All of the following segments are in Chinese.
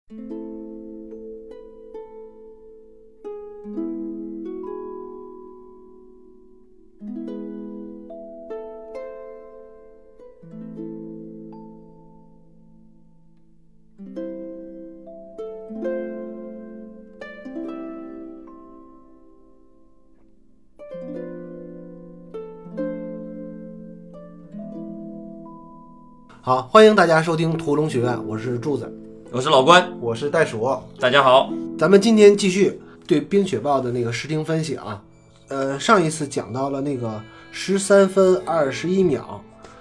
好，欢迎大家收听屠龙学院，我是柱子， 我是老关， 我是袋鼠。 大家好， 咱们今天继续对冰雪豹的那个视听分析啊。上一次讲到了那个13分21秒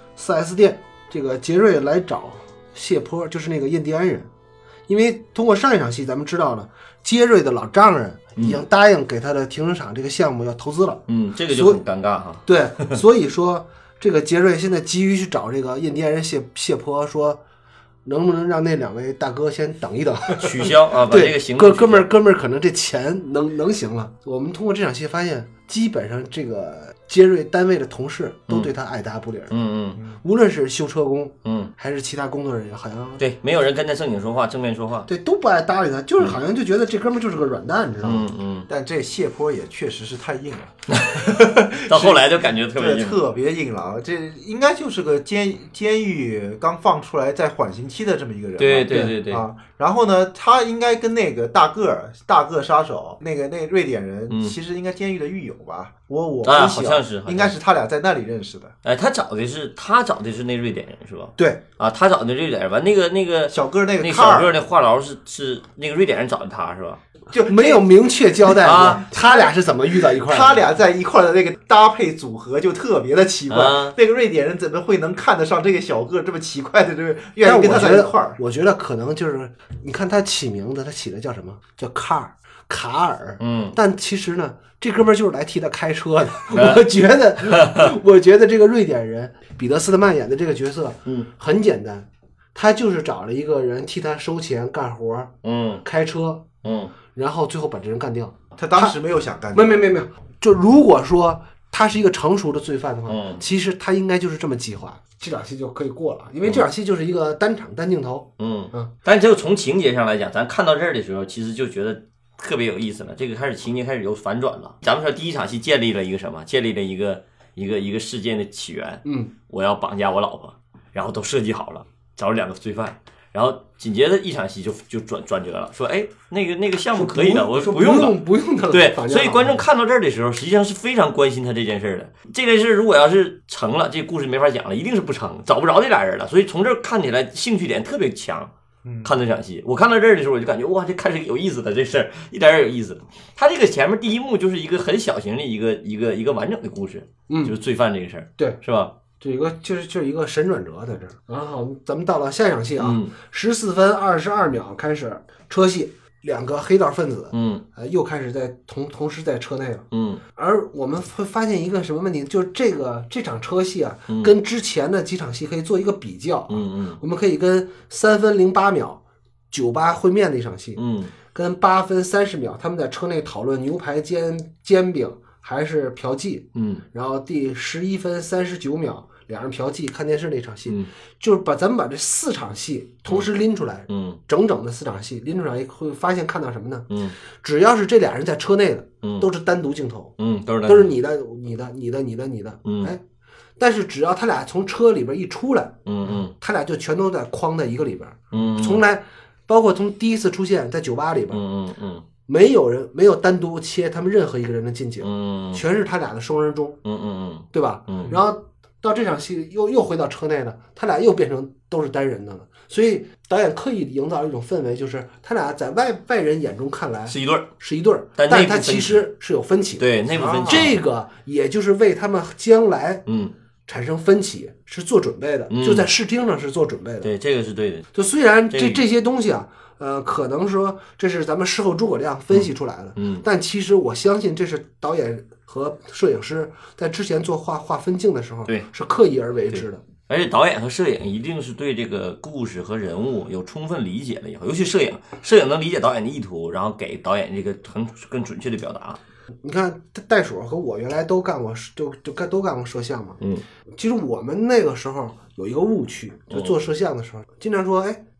4S 店，这个杰瑞来找谢坡，就是那个印第安人。因为通过上一场戏咱们知道了，杰瑞的老丈人已经答应给他的停车场这个项目要投资了。 这个就很尴尬哈。 对，所以说这个杰瑞现在急于去找这个印第安人谢坡，说能不能让那两位大哥先等一等， 取消啊，把这个行对，哥们儿，可能这钱能行了。我们通过这场戏发现，基本上这个杰瑞单位的同事都对他爱答不理。无论是修车工，还是其他工作人员，好像对，没有人跟他正经说话，正面说话， 对，都不爱搭理他，就是好像就觉得这哥们儿就是个软蛋，你知道吗？ 但这谢坡也确实是太硬了， 到后来就感觉特别硬， 特别硬朗。这应该就是个监狱刚放出来在缓刑期的这么一个人。 对啊。然后呢，他应该跟那个大个杀手那个瑞典人，其实应该监狱的狱友吧？我好像是， 应该是他俩在那里认识的。 哎，他找的是那瑞典人是吧？ 对啊，他找的瑞典人吧？那个小哥那小哥那话痨是那个瑞典人找的他是吧？ 就没有明确交代过他俩是怎么遇到一块儿的。 他俩在一块儿的那个搭配组合就特别的奇怪。那个瑞典人怎么会能看得上这个小个这么奇怪的，这个愿意跟他在一块儿？ 我觉得可能就是你看他起名字，他起的叫什么？叫卡尔。但其实呢，这哥们儿就是来替他开车的。我觉得这个瑞典人彼得斯特曼演的这个角色，很简单，他就是找了一个人替他收钱干活，开车，然后最后把这人干掉。 他当时没有想干掉。 没有。就如果说他是一个成熟的罪犯的话，其实他应该就是这么计划，这场戏就可以过了，因为这场戏就是一个单场单镜头。 但就从情节上来讲，咱看到这儿的时候，其实就觉得特别有意思了。这个情节开始有反转了。咱们说第一场戏建立了一个什么？建立了一个事件的起源。我要绑架我老婆，然后都设计好了，找了两个罪犯。然后紧接着一场戏就转折了，说那个项目可以的，我不用的。 对，所以观众看到这儿的时候，实际上是非常关心他这件事的。这件事如果要是成了，这故事没法讲了，一定是不成，找不着这俩人了。所以从这儿看起来兴趣点特别强。看这场戏，我看到这儿的时候，我就感觉哇，这看着有意思的这事儿，一点有意思的。他这个前面第一幕就是一个很小型的一个完整的故事，就是罪犯这个事儿， 对， 是吧？ 这一个就是一个神转折在这儿。然后咱们到了下一场戏啊，14分22秒开始车戏，两个黑道分子又开始在同时在车内了。而我们会发现一个什么问题，就是这场车戏啊，跟之前的几场戏可以做一个比较。我们可以跟3分08秒酒吧会面的一场戏，跟8分30秒他们在车内讨论牛排煎饼还是嫖妓，然后第11分39秒两人嫖妓看电视那场戏，就是咱们把这4场戏同时拎出来，整的4场戏拎出来，会发现看到什么呢？只要是这俩人在车内的，都是单独镜头，都是你的，哎，但是只要他俩从车里边一出来，他俩就全都在框在一个里边，从来包括从第一次出现在酒吧里边，没有单独切他们任何一个人的近景，全是他俩的双人中，对吧？然后到这场戏又回到车内了，他俩又变成都是单人的了。所以导演刻意营造一种氛围，就是他俩在外人眼中看来是一对儿， 但他其实是有分歧的。 对，内部分歧。 这个也就是为他们将来产生分歧是做准备的，就在视听上是做准备的。 对，这个是对的。 就虽然这些东西啊。可能说这是咱们事后诸葛亮分析出来的，但其实我相信这是导演和摄影师在之前做划分镜的时候， 对， 是刻意而为之的。 而且导演和摄影一定是对这个故事和人物有充分理解了以后，尤其摄影能理解导演的意图，然后给导演这个更准确的表达。 你看袋鼠和我原来都干过都干过摄像嘛，其实我们那个时候有一个误区，就做摄像的时候，经常说，哎，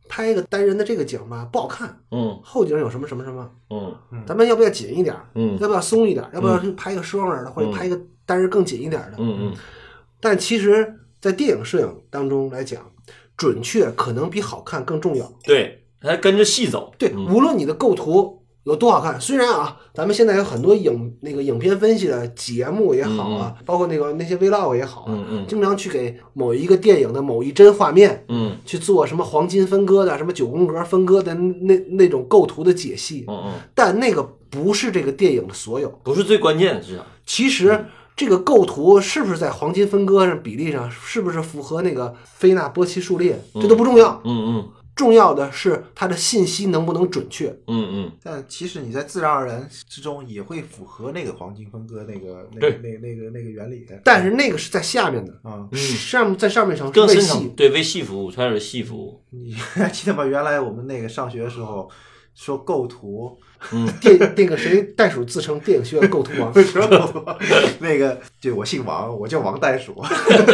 拍一个单人的这个景吧不好看，后景有什么什么什么，咱们要不要紧一点，要不要松一点，要不要拍一个双人的，或者拍一个单人更紧一点的，但其实在电影摄影当中来讲，准确可能比好看更重要。 对，还跟着戏走。 对，无论你的构图有多好看，虽然啊，咱们现在有很多影片分析的节目也好啊，包括那些 vlog 也好啊，经常去给某一个电影的某一帧画面，去做什么黄金分割的、什么9宫格分割的那种构图的解析，但那个不是这个电影的所有， 不是最关键的，至少其实。这个构图是不是在黄金分割上比例上是不是符合那个菲纳波奇数列，这都不重要。重要的是它的信息能不能准确。 但其实你在自然而然之中也会符合那个黄金分割那个原理的。 但是那个是在下面的啊，在上面层更深层，对，为戏服务，全是戏服务。 你还记得吗？原来我们那个上学的时候说构图。 那个谁袋鼠自称电影学院构图王， 那个对我姓王，我叫王袋鼠，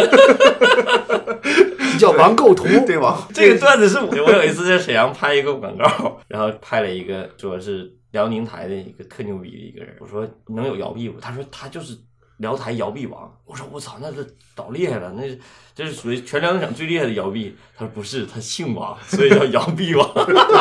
你叫王构图， 对王。 这个段子是我有一次在沈阳拍一个广告，然后拍了一个说是辽宁台的一个特牛逼的一个人，我说能有摇臂不？他说他就是辽台摇臂王。我说我操，那是老厉害了，那这是属于全辽宁省最厉害的摇臂。他说不是，他姓王，所以叫摇臂王。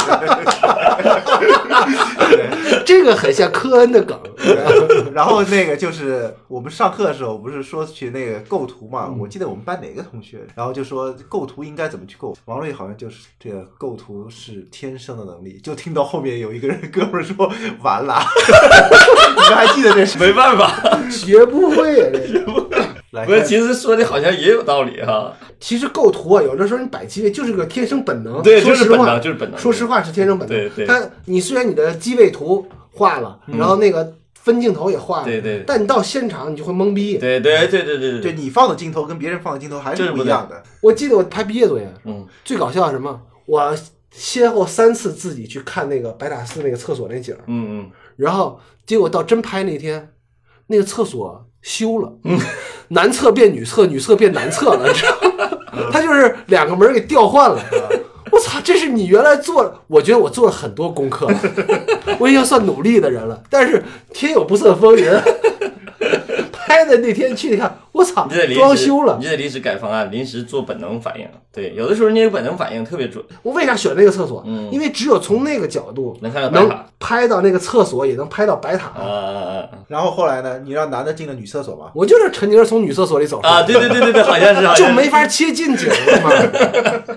这个很像科恩的梗。 然后那个就是我们上课的时候不是说去那个构图嘛，我记得我们班哪个同学，然后就说构图应该怎么去构。王瑞好像就是这个构图是天生的能力，就听到后面有一个人哥们说完了。你们还记得这是？ 没办法， 学不会。 不是，其实说的好像也有道理哈。 其实构图啊，有的时候你摆机位就是个天生本能。 对，就是本能，就是本能。 说实话是天生本能。 对。 你虽然你的机位图画了，然后那个分镜头也画了， 对。 但你到现场你就会懵逼。 对。 对你放的镜头跟别人放的镜头还是不一样的。 我记得我拍毕业作业，最搞笑是什么？我先后3次自己去看那个白塔寺那个厕所那景，然后结果到真拍那天，那个厕所修了，男厕变女厕，女厕变男厕了，知道吗？他就是2个门给调换了。我操，这是你原来做，我觉得我做了很多功课了，我已经算努力的人了，但是天有不测风云。拍的那天去看，我操，装修了， 你得临时改方案，临时做本能反应。对，有的时候那个本能反应特别准。 我为啥选那个厕所？因为只有从那个角度能看到白塔， 能拍到那个厕所，也能拍到白塔。 然后后来呢？你让男的进了女厕所吗？ 我就是陈宁从女厕所里走出来啊！对，好像是， 就没法切近景了嘛。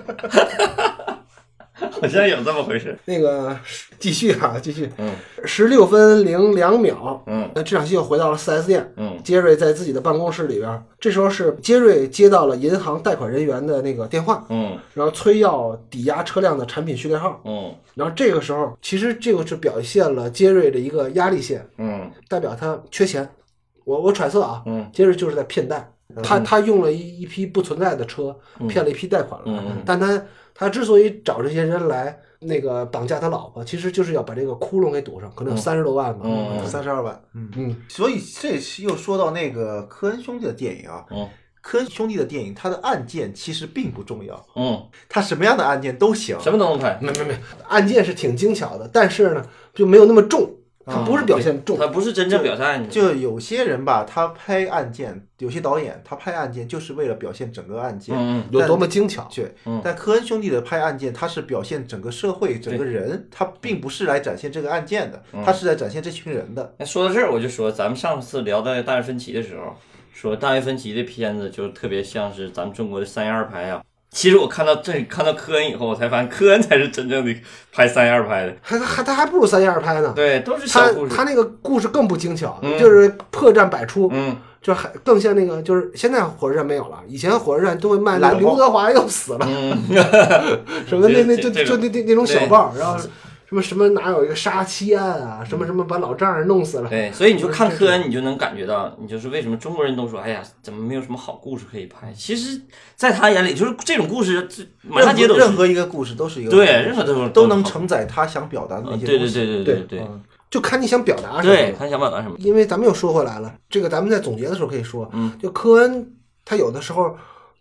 好像有这么回事。 那个继续16分02秒，这场戏又回到了 4S 店，杰瑞在自己的办公室里边，这时候是杰瑞接到了银行贷款人员的那个电话，然后催要抵押车辆的产品序列号，然后这个时候其实这个是表现了杰瑞的一个压力线，代表他缺钱。我揣测啊，杰瑞就是在骗贷，他用了一批不存在的车骗了一批贷款了，但他之所以找这些人来那个绑架他老婆，其实就是要把这个窟窿给堵上，可能有30多万吧 ，32万，所以这又说到那个科恩兄弟的电影啊，科恩兄弟的电影，他的案件其实并不重要，他什么样的案件都行， 什么都能拍， 没，案件是挺精巧的，但是呢就没有那么重。他不是表现重， 他不是真正表现案件。 就有些人吧，他拍案件，有些导演他拍案件就是为了表现整个案件， 有多么精巧。 对，但科恩兄弟的拍案件，他是表现整个社会、整个人，他并不是来展现这个案件的，他是在展现这群人的。 说到这儿，我就说咱们上次聊到大卫芬奇的时候，说大卫芬奇的片子就特别像是咱们中国的312拍啊。其实我看到科恩以后，我才发现科恩才是真正的拍312拍的， 他还不如312拍呢。 对，都是小故事。 他那个故事更不精巧，就是破绽百出。就还更像那个，就是现在火车站没有了，以前火车站都会卖刘德华又死了，什么那种小报，然后什么哪有一个杀妻案啊，什么把老丈人弄死了。 对，所以你就看科恩，你就能感觉到，你就是为什么中国人都说，哎呀，怎么没有什么好故事可以拍？其实，在他眼里，就是这种故事，满大街都是。 任何一个故事都是一个对，任何都能承载他想表达的那些东西。 对。 就看你想表达什么。 对，看想表达什么。 因为咱们又说回来了，这个咱们在总结的时候可以说，就科恩他有的时候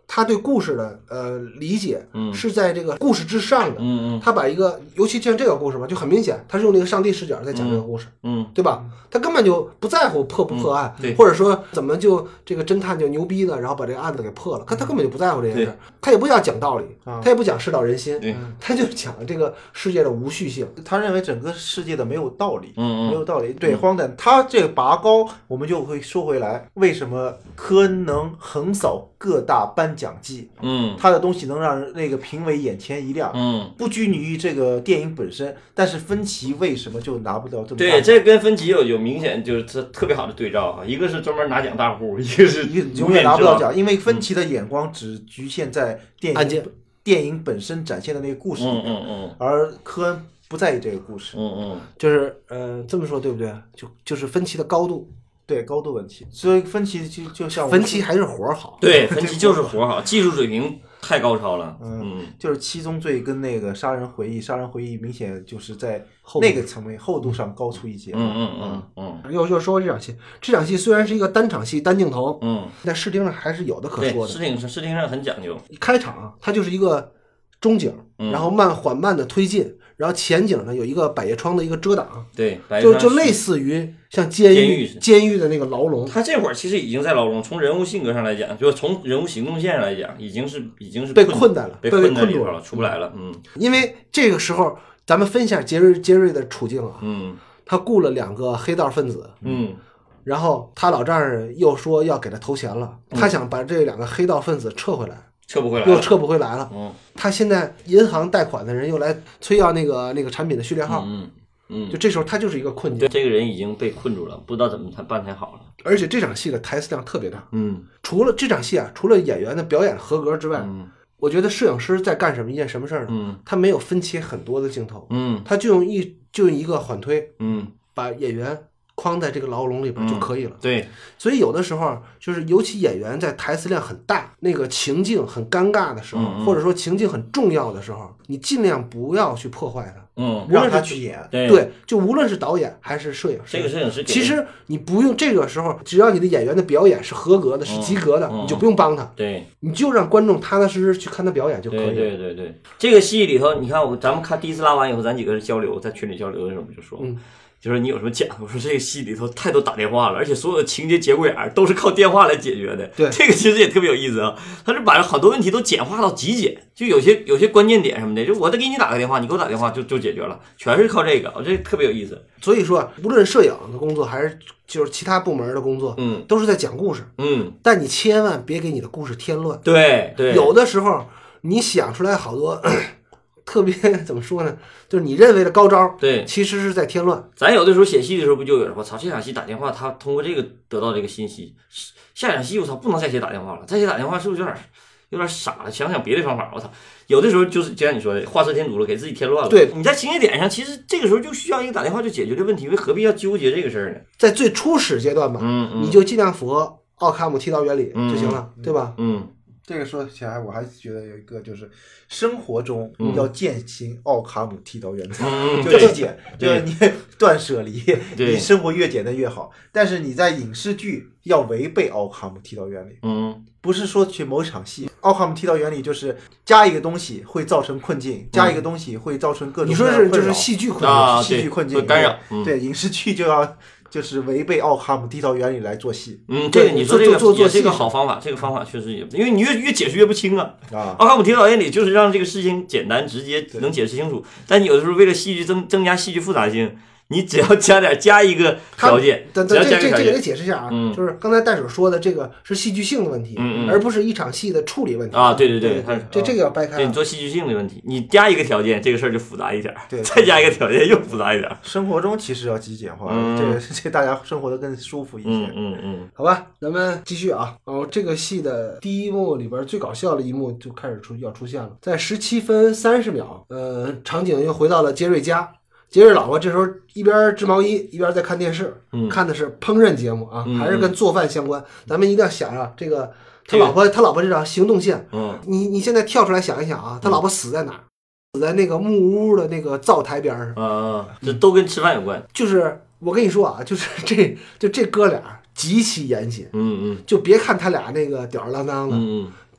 他对故事的理解是在这个故事之上的。他把一个，尤其像这个故事吧，就很明显，他是用那个上帝视角在讲这个故事，对吧？他根本就不在乎破不破案，或者说怎么就这个侦探就牛逼的，然后把这个案子给破了。他根本就不在乎这件事，他也不要讲道理，他也不讲世道人心，他就讲这个世界的无序性。 他认为整个世界的没有道理，没有道理，对，荒诞。他这个拔高，我们就会说回来，为什么科恩能横扫各大颁奖季？他的东西能让那个评委眼前一亮，不拘泥于这个电影本身。但是芬奇为什么就拿不到这么大？ 对，这跟芬奇有明显就是特别好的对照啊，一个是专门拿奖大户，一个是永远拿不到奖，因为芬奇的眼光只局限在电影本身展现的那个故事里面，而科恩不在意这个故事， 就是这么说对不对？就是芬奇的高度。 对，高度问题，所以芬奇就像芬奇还是活好， 对，芬奇就是活好，技术水平太高超了。 就是七宗罪跟那个杀人回忆明显就是在那个层面厚度上高出一截。 又说这场戏虽然是一个单场戏单镜头，在视听上还是有的可说的。 视听上很讲究。 开场它就是一个中景，然后缓慢的推进。然后前景呢有一个百叶窗的一个遮挡， 对， 就类似于像监狱的那个牢笼。 他这会儿其实已经在牢笼，从人物性格上来讲，就从人物行动线上来讲，已经是被困在了， 被困在里头了，出不来了。 因为这个时候咱们分一下杰瑞的处境啊，他雇了2个黑道分子，然后他老丈人又说要给他投钱了，他想把这2个黑道分子撤回来。又撤不回来了。他现在银行贷款的人又来催要那个产品的序列号。就这时候他就是一个困境。 对，这个人已经被困住了，不知道怎么办才好了。 而且这场戏的台词量特别大。除了这场戏啊，除了演员的表演合格之外，我觉得摄影师在干一件什么事儿呢？他没有分切很多的镜头，他就用一个缓推，把演员框在这个牢笼里边就可以了。 对， 所以有的时候就是尤其演员在台词量很大，那个情境很尴尬的时候，或者说情境很重要的时候，你尽量不要去破坏它， 让他去演。 对，就无论是导演还是摄影师， 这个摄影师其实你不用这个时候，只要你的演员的表演是合格的，是及格的，你就不用帮他。 对， 你就让观众踏踏实实去看他表演就可以了。 对，这个戏里头，你看咱们看第一次拉完以后，咱几个交流，在群里交流的时候，我们就说。就是你有什么讲？我说这个戏里头太多打电话了，而且所有的情节节骨眼都是靠电话来解决的。 对， 这个其实也特别有意思啊。他是把很多问题都简化到极简，就有些关键点什么的，就我再给你打个电话，你给我打电话就解决了，全是靠这个。我这特别有意思。 所以说，无论摄影的工作还是就是其他部门的工作，都是在讲故事。但你千万别给你的故事添乱。 对， 有的时候你想出来好多。特别怎么说呢？就是你认为的高招， 对， 其实是在添乱。 咱有的时候写戏的时候不就有我操，这场戏打电话，他通过这个得到这个信息，下场戏我操不能再写打电话了，再写打电话是不是有点傻了？想别的方法，我操，有的时候就是就像你说的，画蛇添足了，给自己添乱了。 对， 你在情节点上，其实这个时候就需要一个打电话就解决这问题，为何必要纠结这个事儿呢？ 在最初始阶段吧，你就尽量符合奥卡姆剃刀原理就行了，对吧？ 这个说起来，我还觉得有一个就是生活中要践行奥卡姆剃刀原则，就极简，就是你断舍离，你生活越简单越好。但是你在影视剧要违背奥卡姆剃刀原理，不是说去某场戏，奥卡姆剃刀原理就是加一个东西会造成困境，加一个东西会造成各种你说是就是戏剧困境， 戏剧困境干扰， 对影视剧就要。就是违背奥卡姆剃刀原理来做戏， 这个你说这个也是一个好方法，这个方法确实也，因为你越解释越不清啊。奥卡姆剃刀原理就是让这个事情简单直接，能解释清楚。但你有的时候为了戏剧增加戏剧复杂性，你只要加一个条件， 这个得解释一下啊，就是刚才袋鼠说的这个是戏剧性的问题，而不是一场戏的处理问题啊。对， 这个要掰开。 对，你做戏剧性的问题，你加一个条件，这个事儿就复杂一点；再加一个条件又复杂一点。 生活中其实要极简化，这大家生活的更舒服一些。 好吧，咱们继续啊。这个戏的第一幕里边最搞笑的一幕就开始要出现了，在17分30秒，场景又回到了杰瑞家。杰瑞老婆这时候一边织毛衣一边在看电视，看的是烹饪节目啊，还是跟做饭相关。咱们一定要想啊，这个他老婆这条行动线，你现在跳出来想一想啊，他老婆死在哪儿？死在那个木屋的那个灶台边上。 这都跟吃饭有关。 就是我跟你说啊，就是这哥俩极其严谨。就别看他俩那个吊儿郎当的。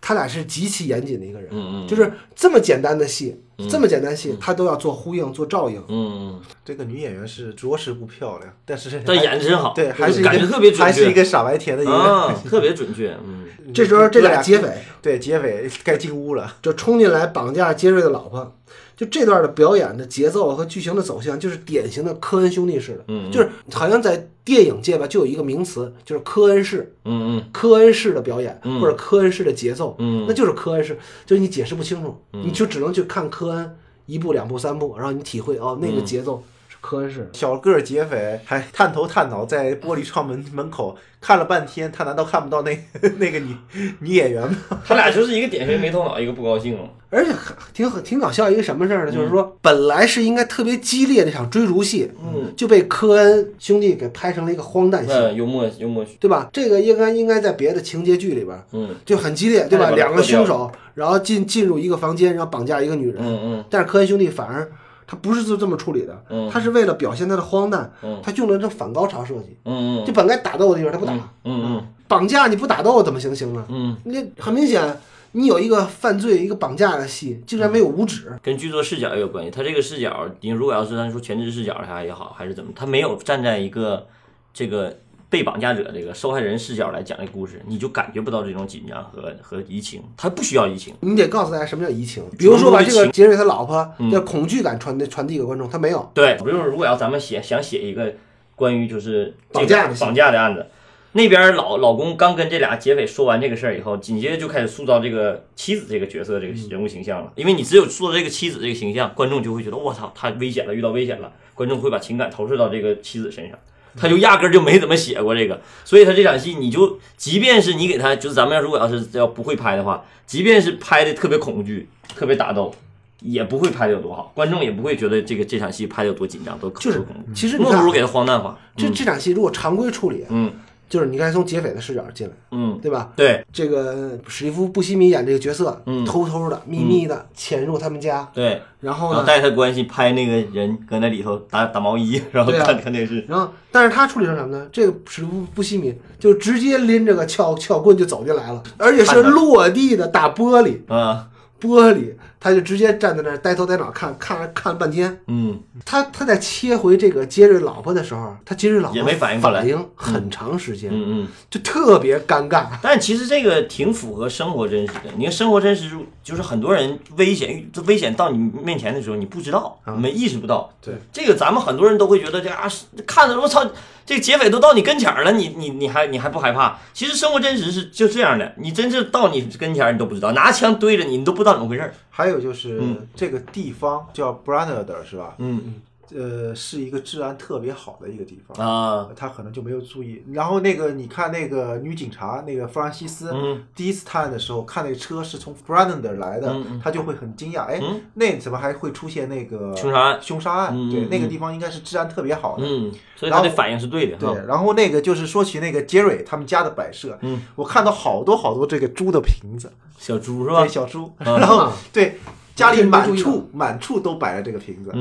他俩是极其严谨的一个人，就是这么简单的戏，他都要做呼应、做照应。 这个女演员是着实不漂亮，但演的真好， 对，还是感觉特别准确， 还是一个傻白甜的一个， 特别准确。 这时候这俩劫匪， 对，劫匪该进屋了， 就冲进来绑架杰瑞的老婆。就这段的表演的节奏和剧情的走向，就是典型的科恩兄弟式的，就是好像在电影界吧，就有一个名词，就是科恩式，科恩式的表演，或者科恩式的节奏，那就是科恩式，就是你解释不清楚，你就只能去看科恩1部、2部、3部，然后你体会那个节奏是科恩式。 小个劫匪还探头探脑在玻璃窗门口看了半天，他难道看不到那个女演员吗？ 他俩就是一个典型没头脑，一个不高兴。 而且挺搞笑一个什么事儿呢？就是说本来是应该特别激烈的一场追逐戏，就被科恩兄弟给拍成了一个荒诞戏， 幽默， 对吧？这个应该在别的情节剧里边，就很激烈，对吧？两个凶手，然后进入一个房间，然后绑架一个女人，但是科恩兄弟反而他不是就这么处理的，他是为了表现他的荒诞，他用了这反高潮设计，就本该打斗的地方他不打，绑架你不打斗怎么行呢？你很明显。你有一个犯罪、一个绑架的戏，竟然没有五指， 跟剧作视角也有关系。他这个视角，你如果要是咱说全知视角也好，还是怎么，他没有站在一个这个被绑架者这个受害人视角来讲这故事，你就感觉不到这种紧张和移情。他不需要移情， 你得告诉大家什么叫移情。比如说把这个杰瑞他老婆的恐惧感传递给观众，他没有。 对，比如说如果要咱们想写一个关于就是绑架的案子。那边老公刚跟这俩劫匪说完这个事儿以后，紧接着就开始塑造这个妻子这个角色这个人物形象了。因为你只有塑造这个妻子这个形象，观众就会觉得我操，他危险了，遇到危险了，观众会把情感投射到这个妻子身上。他就压根就没怎么写过这个，所以他这场戏你就即便是你给他就是咱们如果要不会拍的话，即便是拍的特别恐惧、特别打斗。也不会拍的有多好，观众也不会觉得这场戏拍的有多紧张，多恐怖。 其实莫不如给他荒诞化。 这场戏如果常规处理，就是你刚才从劫匪的视角进来，对吧？ 对， 这个史蒂夫·布希米演这个角色，偷偷的、秘密的潜入他们家， 对， 然后呢， 带他关系拍那个人搁那里头打毛衣，然后看电视。 然后，但是他处理成什么呢？这个史蒂夫·布希米就直接拎着个撬棍就走进来了，而且是落地的大玻璃玻璃，他就直接站在那儿呆头呆脑看半天。他在切回这个杰瑞老婆的时候，他杰瑞老婆也没反应过来， 反应很长时间，就特别尴尬。 但其实这个挺符合生活真实的。你看生活真实就是很多人危险到你面前的时候，你不知道，你没意识不到。 对， 这个咱们很多人都会觉得看着我操，这个劫匪都到你跟前了，你还不害怕？其实生活真实是就这样的，你真是到你跟前你都不知道，拿枪对着你都不知道怎么回事。 还有就是这个地方叫 Branard 是吧？是一个治安特别好的一个地方啊， 他可能就没有注意。然后那个你看那个女警察那个弗兰西斯，第一次探案的时候看那个车是从 Branard 来的，他就会很惊讶，那怎么还会出现那个凶杀案？对，那个地方应该是治安特别好的， 所以他的反应是对的。 对，然后那个就是说起那个杰瑞他们家的摆设，我看到好多这个猪的瓶子， 小猪是吧？ 对，小猪，然后对。家里满处都摆了这个瓶子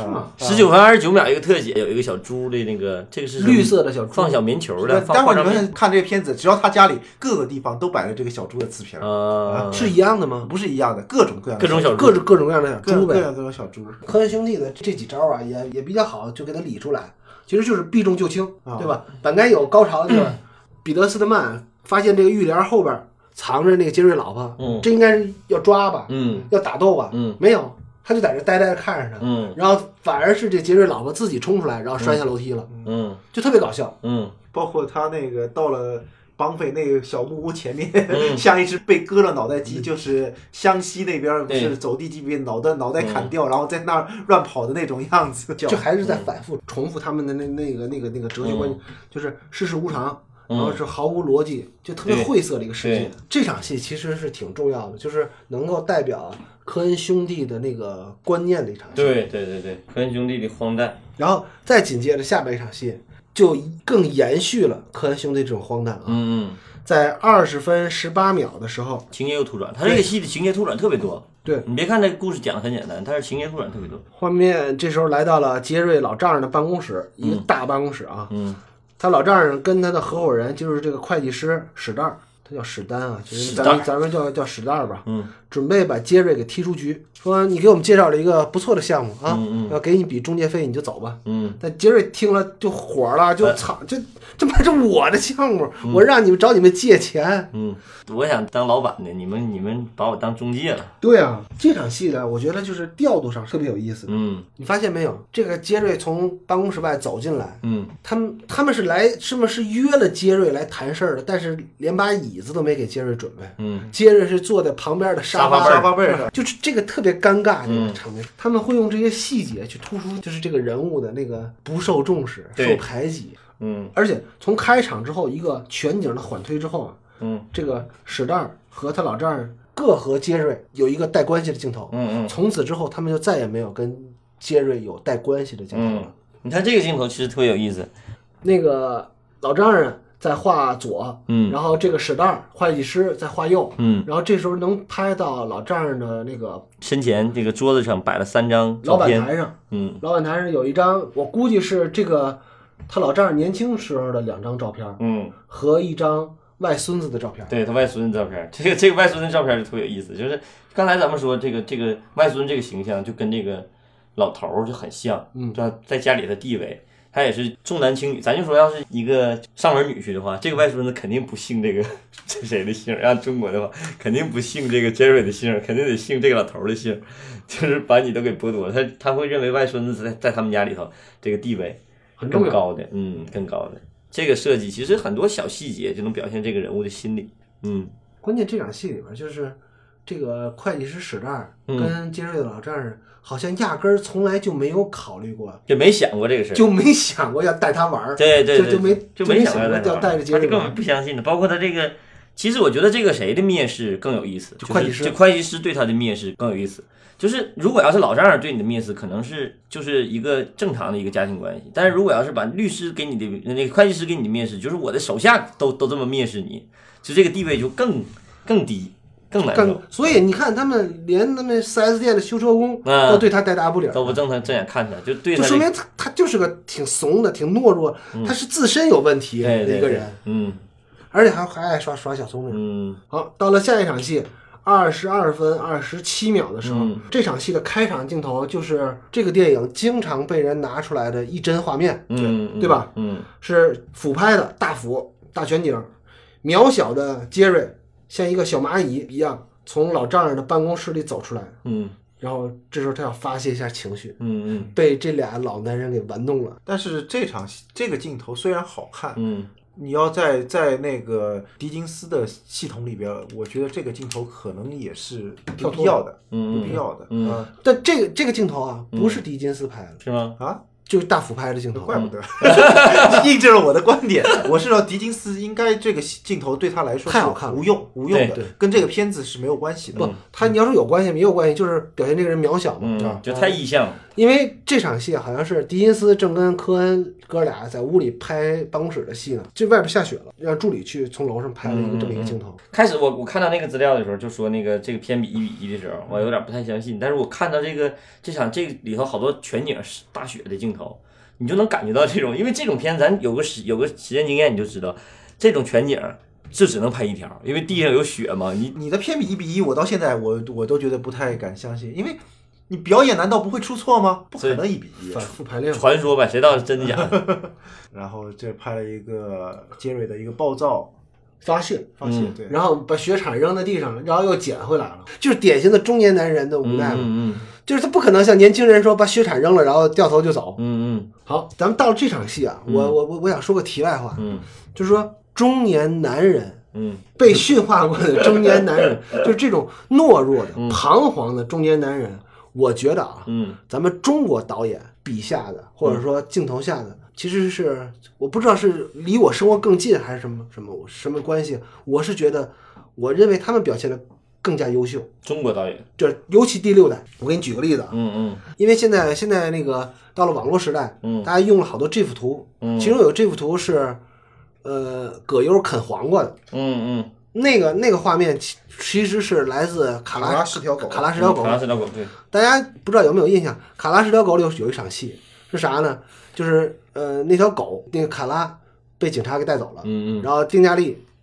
，19分29秒一个特写，有一个小猪的那个，这个是绿色的小猪， 放小棉球的。 待会儿你们看这个片子，只要他家里各个地方都摆了这个小猪的瓷瓶， 是一样的吗？ 不是一样的，各种各样的小猪， 各种各样的小猪呗， 各种小猪。 科恩兄弟的这几招啊，也比较好，就给他理出来，其实就是避重就轻，对吧？本该有高潮的地方，彼得·斯特曼发现这个浴帘后边藏着那个杰瑞老婆，这应该是要抓吧，要打斗吧，没有，他就在这呆呆的看着他，然后反而是这杰瑞老婆自己冲出来，然后摔下楼梯了，就特别搞笑， 包括他那个到了绑匪那个小木屋前面，像一只被割了脑袋鸡，就是湘西那边不是走地鸡被脑袋砍掉，然后在那儿乱跑的那种样子， 就还是在反复重复他们的那个哲学观念，就是世事无常。然后是毫无逻辑，就特别晦涩的一个世界。这场戏其实是挺重要的，就是能够代表科恩兄弟的那个观念的一场戏。 对，科恩兄弟的荒诞。 然后再紧接着下面一场戏，就更延续了科恩兄弟这种荒诞啊。在20分18秒的时候， 情节又突转。他这个戏的情节突转特别多。 对， 你别看这个故事讲的很简单，但是情节突转特别多。 画面这时候来到了杰瑞老丈人的办公室，一个大办公室啊。他老丈人跟他的合伙人就是这个会计师史蛋， 他叫史丹啊，就是咱们叫史蛋吧。准备把杰瑞给踢出局，说你给我们介绍了一个不错的项目啊，要给你笔中介费你就走吧。但杰瑞听了就火了，就操，这不是我的项目，我让你们找你们借钱。 我想当老板的，你们把我当中介了。 对啊，这场戏呢，我觉得就是调度上特别有意思。你发现没有？这个杰瑞从办公室外走进来，他们是约了杰瑞来谈事儿的，但是连把椅子都没给杰瑞准备。杰瑞是坐在旁边的沙发背上，就是这个特别尴尬这个场面。他们会用这些细节去突出，就是这个人物的那个不受重视、受排挤。而且从开场之后一个全景的缓推之后啊，这个史蛋和他老丈人各和杰瑞有一个带关系的镜头。从此之后他们就再也没有跟杰瑞有带关系的镜头了。 你看这个镜头其实特别有意思， 那个老丈人在画左，然后这个史蛋会计师在画右，然后这时候能拍到老丈人的那个身前这个桌子上摆了3张照片， 老板台上，老板台上有一张，我估计是这个他老丈人年轻时候的2张照片，和一张外孙子的照片。 对，他外孙子照片，这个外孙子照片就特别有意思，就是刚才咱们说这个外孙这个形象就跟这个老头就很像，在家里的地位。他也是重男轻女，咱就说要是一个上门女婿的话，这个外孙子肯定不姓这个谁的姓，按中国的话肯定不姓这个杰瑞的姓，肯定得姓这个老头的姓，就是把你都给剥夺。他会认为外孙子在他们家里头这个地位更高的，更高的。这个设计其实很多小细节就能表现这个人物的心理。 关键这场戏里边就是这个会计师史蛋跟杰瑞的老丈人好像压根儿从来就没有考虑过， 就没想过这个事， 就没想过要带他玩儿。 对， 就没想过要带着杰瑞玩儿， 他根本不相信的。包括他这个，其实我觉得这个谁的蔑视更有意思，就会计师对他的蔑视更有意思。就是如果要是老丈人对你的蔑视，可能是就是一个正常的一个家庭关系，但是如果要是把律师给你的那个会计师给你的蔑视，就是我的手下都这么蔑视你，就这个地位就更低。更难受， 所以你看，他们连他们 4S 店的修车工都对他带大不了， 都不正眼看他，就对他， 就说明他就是个挺怂的、挺懦弱，他是自身有问题的一个人，而且还爱耍小聪明。好，到了下一场戏，22分27秒的时候，这场戏的开场镜头就是这个电影经常被人拿出来的一帧画面，对吧？是俯拍的大俯大全景，渺小的杰瑞。像一个小蚂蚁一样从老丈人的办公室里走出来，然后这时候他要发泄一下情绪，被这俩老男人给玩弄了。 但是这个镜头虽然好看，你要在那个狄金斯的系统里边，我觉得这个镜头可能也是不必要的，不必要的。 但这个镜头啊，不是狄金斯拍的， 是吗？ 啊？ 就是大俯拍的镜头， 怪不得，印证了我的观点。我是说，狄金斯应该这个镜头对他来说太好看了， 无用的，跟这个片子是没有关系的。 不，他你要说有关系没有关系，就是表现这个人渺小嘛， 就太意象了。 因为这场戏好像是狄金斯正跟科恩哥俩在屋里拍办公室的戏呢，就外边下雪了，让助理去从楼上拍了这么一个镜头。 开始我看到那个资料的时候，就说那个这个偏比1:1的时候，我有点不太相信。但是我看到这场这里头好多全景大雪的镜头，你就能感觉到这种，因为这种片咱有个实践经验，你就知道这种全景就只能拍一条，因为地上有雪嘛。 你的偏比1:1，我到现在我都觉得不太敢相信，因为你表演难道不会出错吗？不可能1:1， 反复排练， 传说吧，谁知道是真的假的？ 然后这拍了一个杰瑞的一个暴躁发泄， 对， 然后把雪铲扔在地上了，然后又捡回来了，就是典型的中年男人的无奈嘛。就是他不可能像年轻人说把雪铲扔了，然后掉头就走。好，咱们到了这场戏啊，我想说个题外话，就是说中年男人，被驯化过的中年男人，就是这种懦弱的、彷徨的中年男人，我觉得啊，咱们中国导演笔下的，或者说镜头下的，其实是我不知道是离我生活更近还是什么关系，我是觉得，我认为他们表现的更加优秀。 中国导演， 这尤其第6代，我给你举个例子啊，因为现在那个到了网络时代，大家用了好多 GIF 图，其中有 GIF 图是，葛优啃黄瓜的，那个画面其实是来自卡拉是条狗， 对， 大家不知道有没有印象？卡拉是条狗里有一场戏是啥呢？就是那条狗，那个卡拉被警察给带走了，然后丁嘉丽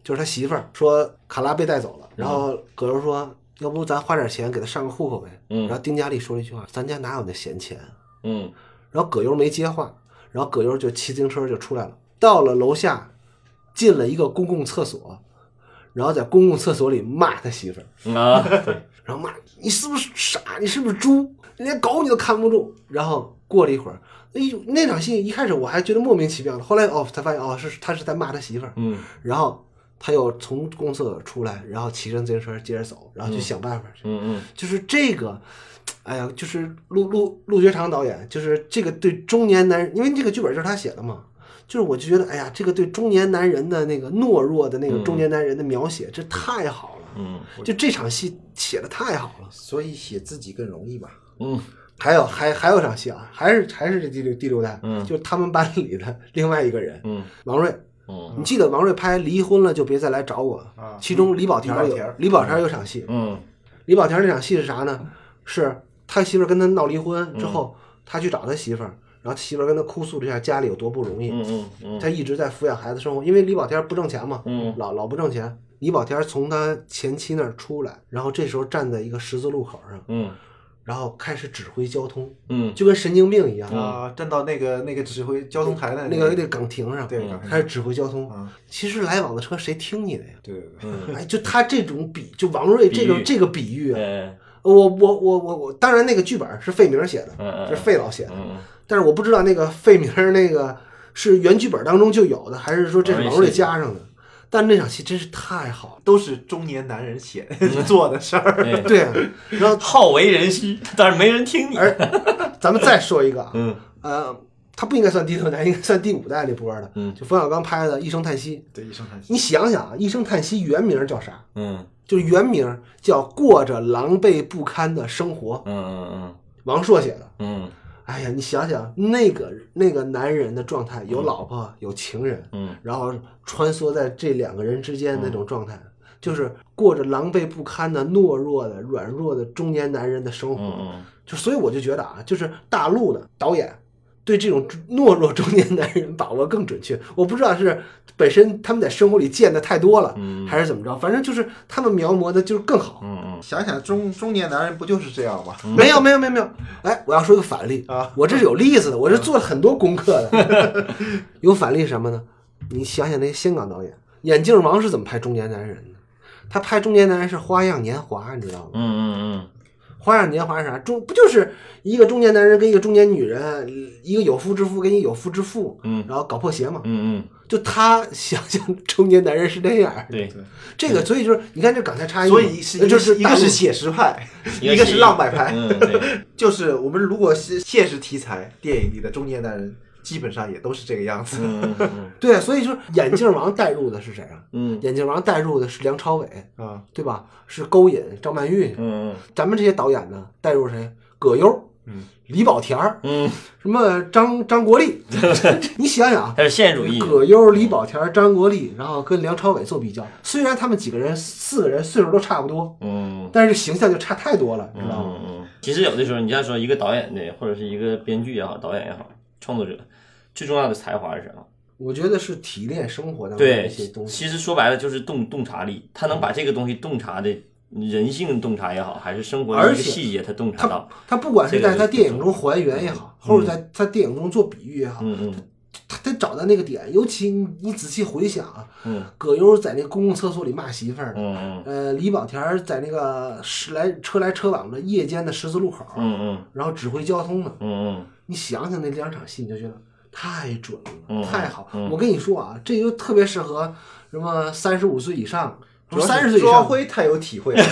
就是他媳妇儿说卡拉被带走了，然后葛优说要不咱花点钱给他上个户口呗，然后丁嘉丽说了一句话，咱家哪有那闲钱，然后葛优没接话，然后葛优就骑自行车就出来了，到了楼下进了一个公共厕所，然后在公共厕所里骂他媳妇儿啊， 然后骂你是不是傻，你是不是猪，连狗你都看不住。然后过了一会儿，哎呦，那场戏一开始我还觉得莫名其妙的，后来才发现他是在骂他媳妇儿，然后他又从公共厕所出来，然后骑上自行车接着走，然后去想办法去，就是这个。哎呀，就是陆学长导演，就是这个对中年男人，因为这个剧本就是他写的嘛，就是我就觉得，哎呀，这个对中年男人的那个懦弱的那个中年男人的描写，这太好了，就这场戏写的太好了， 所以写自己更容易吧， 还有场戏啊，还是这第六代，就是他们班里的另外一个人，王瑞。你记得王瑞拍离婚了就别再来找我，其中李保田有场戏，李保田这场戏是啥呢？是他媳妇儿跟他闹离婚之后，他去找他媳妇儿，然后他媳妇儿跟他哭诉了一下家里有多不容易，他一直在抚养孩子生活，因为李保田不挣钱嘛，老不挣钱。李保田从他前妻那儿出来，然后这时候站在一个十字路口上，然后开始指挥交通，就跟神经病一样啊，站到那个指挥交通台的那个岗亭上， 对， 开始指挥交通。其实来往的车谁听你的呀？ 对， 哎，就他这种就王瑞这个比喻啊。我当然那个剧本是费明写的，是费老写的，但是我不知道那个费明那个是原剧本当中就有的，还是说这是王瑞加上的。但那场戏真是太好了， 都是中年男人做的事儿。 对，然后好为人师，但是没人听你。 咱们再说一个，他不应该算第六代，应该算第5代那波的。就冯小刚拍的《一声叹息》。 对，《一声叹息》。 你想想啊，《一声叹息》原名叫啥？就是原名叫《过着狼狈不堪的生活》。王朔写的。哎呀，你想想那个男人的状态，有老婆有情人，然后穿梭在这两个人之间那种状态，就是过着狼狈不堪的懦弱的软弱的中年男人的生活。就所以我就觉得啊，就是大陆的导演对这种懦弱中年男人把握更准确。我不知道是本身他们在生活里见的太多了，还是怎么着，反正就是他们描摹的就是更好。 想想中年男人不就是这样吗？ 没有。哎，我要说一个反例啊，我这是有例子的，我是做了很多功课的。有反例是什么呢？你想想那些香港导演，眼镜王是怎么拍中年男人的？他拍中年男人是《花样年华》，你知道吗？花样年华是啥？不就是一个中年男人跟一个中年女人，一个有夫之妇跟一个有夫之妇，然后搞破鞋嘛。就他想象中年男人是那样。 对， 这个所以就是你看这港台差异， 所以就是一个是写实派，一个是浪漫派。就是我们如果是现实题材电影里的中年男人，基本上也都是这个样子。 对，所以说眼镜王带入的是谁啊？眼镜王带入的是梁朝伟啊， 对吧？是勾引张曼玉。咱们这些导演呢，带入谁？葛优。李保田什么张国立。你想想， 他是现实主义。 葛优、李保田、张国立，然后跟梁朝伟做比较，虽然他们4个人岁数都差不多，但是形象就差太多了，知道吗？ 其实有的时候，你像说一个导演的，或者是一个编剧也好，导演也好，创作者最重要的才华是什么？ 我觉得是提炼生活当中的一些东西。 其实说白了就是洞察力，他能把这个东西洞察的。人性洞察也好，还是生活的一个细节，他洞察到。 他不管是在他电影中还原也好，或者在他电影中做比喻也好，他得找到那个点。尤其你仔细回想啊，葛优在那个公共厕所里骂媳妇儿，李保田在那个车来车往的夜间的十字路口，然后指挥交通的，你想想那2场戏，你就觉得太准了，太好。我跟你说啊，这就特别适合什么35岁以上。30岁以上， 庄辉太有体会了。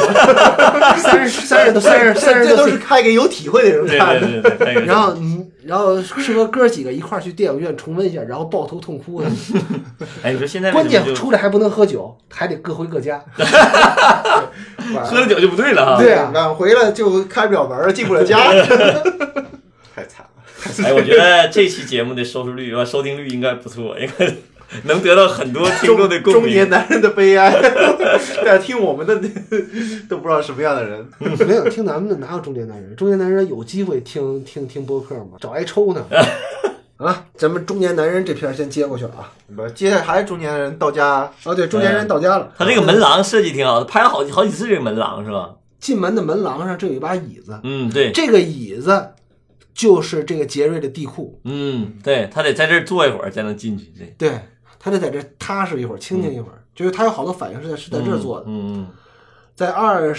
30 这都是开给有体会的人看的。 对。 然后适合哥几个一块去电影院重温一下，然后抱头痛哭的。 哎，你说现在关键出来还不能喝酒，还得各回各家。 喝了酒就不对了哈。 对啊， 晚回了就开不了门，进不了家。太惨了。 哎，我觉得这期节目的收听率应该不错，应该。能得到很多听众的共鸣。 中年男人的悲哀，但是听我们的都不知道什么样的人。 没有听咱们的哪有中年男人？中年男人有机会听播客吗？找挨抽呢。 啊，咱们中年男人这篇先接过去了啊， 不，接下来还是中年人到家。 哦，对，中年人到家了。 他这个门廊设计挺好的，拍了好几次这个门廊是吧？ 进门的门廊上这有一把椅子， 对， 这个椅子就是这个杰瑞的地库， 对，他得在这儿坐一会儿才能进去， 对，他得在这踏实一会儿，清静一会儿，就是他有好多反应是在这儿做的。在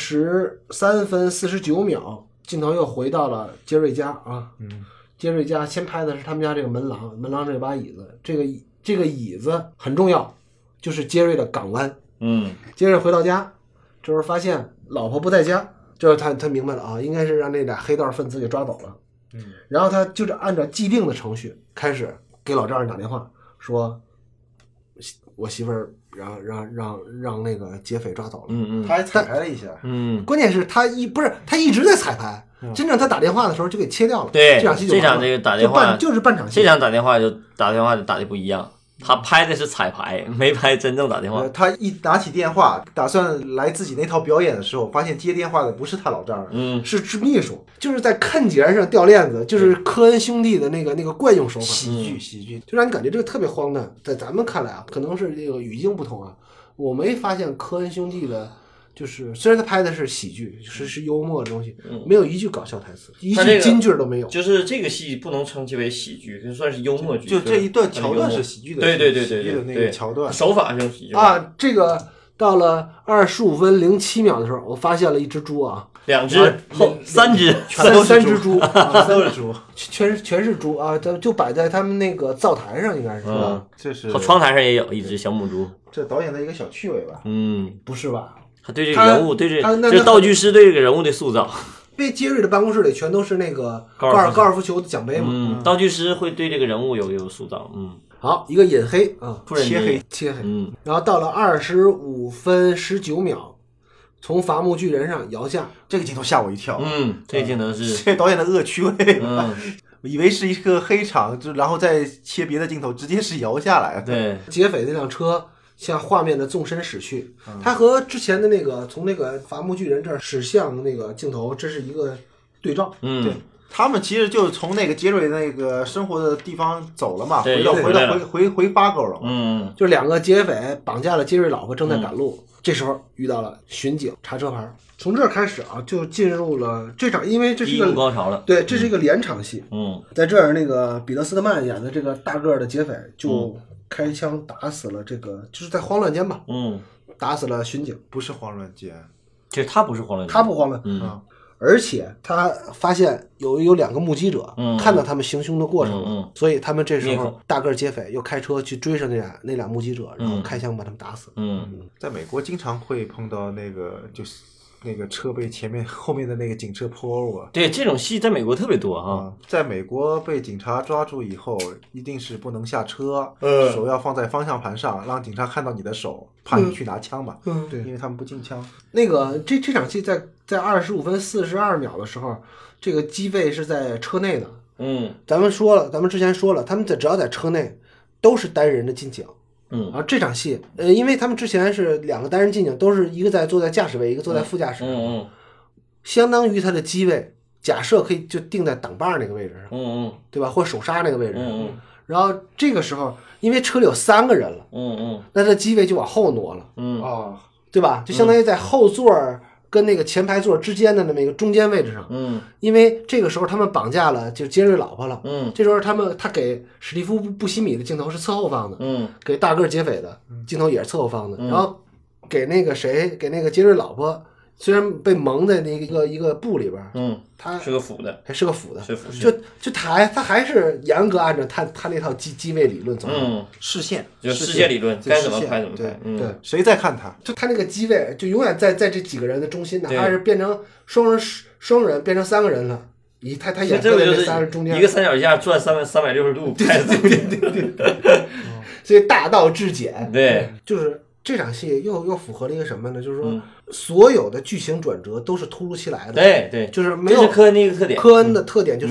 23分49秒，镜头又回到了杰瑞家啊，杰瑞家先拍的是他们家这个门廊，门廊这把椅子，这个椅子很重要，就是杰瑞的港湾。杰瑞回到家，这时候发现老婆不在家，这时候他明白了啊，应该是让那俩黑道分子给抓走了。然后他就是按照既定的程序开始给老丈人打电话，说我媳妇儿让那个劫匪抓走了。 他还彩排了一下。 关键是他一直在彩排。真正他打电话的时候就给切掉了。 对， 这场戏就这场这个打电话就是半场戏。 这场打电话就打的不一样，他拍的是彩排，没拍真正打电话。 他一拿起电话，打算来自己那套表演的时候，发现接电话的不是他老丈人， 是秘书，就是在看节上掉链子，就是科恩兄弟的那个惯用手法， 喜剧， 就让你感觉这个特别荒诞。在咱们看来啊，可能是这个语境不同啊，我没发现科恩兄弟的。就是虽然他拍的是喜剧，是幽默的东西，没有一句搞笑台词，一句金句都没有。 就是这个戏不能称其为喜剧，就算是幽默剧。 就这一段桥段是喜剧的， 对， 喜剧的那个桥段， 手法是喜剧啊。这个到了25分07秒的时候，我发现了一只猪啊 ，2只，3只， 三只猪， 都是猪， 全是猪啊，就摆在他们那个灶台上，应该是吧？ 这是窗台上也有一只小母猪。 这导演的一个小趣味吧？ 不是吧？ 他对这个人物，这道具师对这个人物的塑造。 因为杰瑞的办公室里全都是那个高尔夫球的奖杯嘛， 道具师会对这个人物有塑造。 好，一个引黑啊，切黑，然后到了25分19秒，从伐木巨人上摇下， 这个镜头吓我一跳。 这个镜头是这导演的恶趣味。我以为是一个黑场，然后再切别的镜头，直接是摇下来的。 对， 劫匪那辆车向画面的纵深驶去，它和之前的那个从那个伐木巨人这儿驶向那个镜头，这是一个对照。 对，他们其实就从那个杰瑞那个生活的地方走了嘛，回八沟了。 就两个劫匪绑架了杰瑞老婆，正在赶路，这时候遇到了巡警查车牌。从这儿开始啊，就进入了这场，因为这是一个高潮了。 对，这是一个连场戏。在这儿那个彼得斯特曼演的这个大个的劫匪就开枪打死了这个，就是在慌乱间吧。打死了巡警。 不是慌乱间， 其实他不是慌乱间， 他不慌乱。而且他发现有2个目击者看到他们行凶的过程，所以他们这时候大个劫匪又开车去追上那俩目击者，然后开枪把他们打死。 在美国经常会碰到那个就是那个车被后面的那个警车破over。 对，这种戏在美国特别多啊。 在美国被警察抓住以后，一定是不能下车，手要放在方向盘上，让警察看到你的手，怕你去拿枪嘛。对，因为他们不进枪。 那个这场戏在25分42秒的时候，这个机位是在车内的。咱们之前说了，他们只要在车内都是单人的进警。这场戏，因为他们之前是2个单人进警，都是一个坐在驾驶位，一个坐在副驾驶。相当于他的机位，假设可以就定在挡把那个位置上。对吧？或者手刹那个位置上。然后这个时候，因为车里有3个人了。那这机位就往后挪了。对吧？就相当于在后座跟那个前排座之间的那么一个中间位置上。因为这个时候他们绑架了就杰瑞老婆了。这时候他给史蒂夫布西米的镜头是侧后方的。给大个劫匪的镜头也是侧后方的。然后给那个杰瑞老婆，虽然被蒙在那一个布里边，他是个辅的， 还是个辅的，就他还是严格按照他那套机位理论走。 视线理论，该怎么拍怎么拍。 对， 谁在看他？ 就他那个机位就永远在这几个人的中心，哪怕是变成双人变成3个人了，他演在这3人中间， 一个三脚架转360度拍。 对。所以大道至简。 对， 就是这场戏又符合了一个什么呢？就是说，所有的剧情转折都是突如其来的。 对， 就是没有。 这是科恩的一个特点。 科恩的特点就是